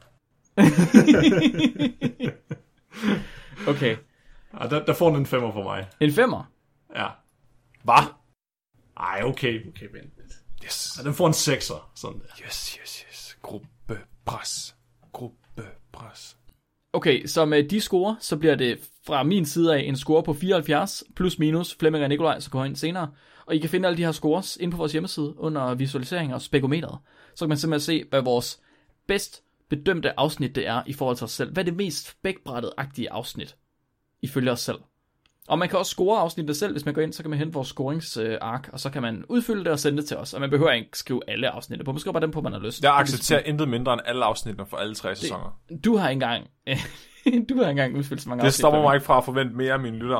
Okay. Ja, der, der får den en femmer for mig. En femmer? Ja. Hvad? Ej, okay. Okay, vent lidt. Yes. Ja, den får en sekser. Sådan der. Yes, yes, yes. Gruppepres. Gruppepres. Okay, så med de score, så bliver det fra min side af en score på fireoghalvfjerds, plus minus Flemming og Nikolaj, så går ind senere. Og I kan finde alle de her scores inde på vores hjemmeside under visualisering og spekometeret. Så kan man simpelthen se, hvad vores bedst bedømte afsnit det er i forhold til os selv. Hvad er det mest spækbrættet-agtige afsnit ifølge os selv? Og man kan også score afsnittet selv, hvis man går ind, så kan man hente vores scoringsark, og så kan man udfylde det og sende det til os. Og man behøver ikke skrive alle afsnitter på, man skriver bare dem på, man har lyst. Jeg accepterer intet mindre end alle afsnittene for alle tre det, sæsoner. Du har engang, du har engang udfyldt så mange det afsnit. Det stopper mig ikke fra at forvente mere af mine lyttere.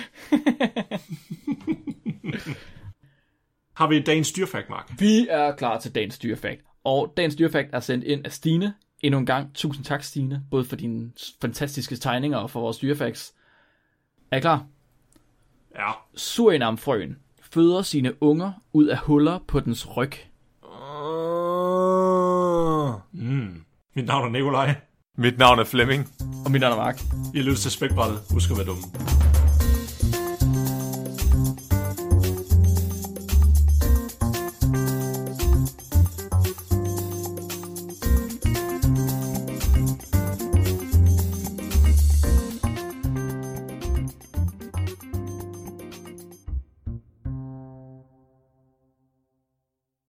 Har vi dagens dyrefakt, Mark? Vi er klar til dagens dyrefakt. Og dagens dyrefakt er sendt ind af Stine. Endnu en gang, tusind tak, Stine. Både for dine fantastiske tegninger og for vores dyrefacts. Er I klar? Ja. Surinamfrøen føder sine unger ud af huller på dens ryg. Mm. Mit navn er Nikolaj. Mit navn er Flemming. Og mit navn er Mark. I har lyttet til Spækbrættet. Husk at være dumme.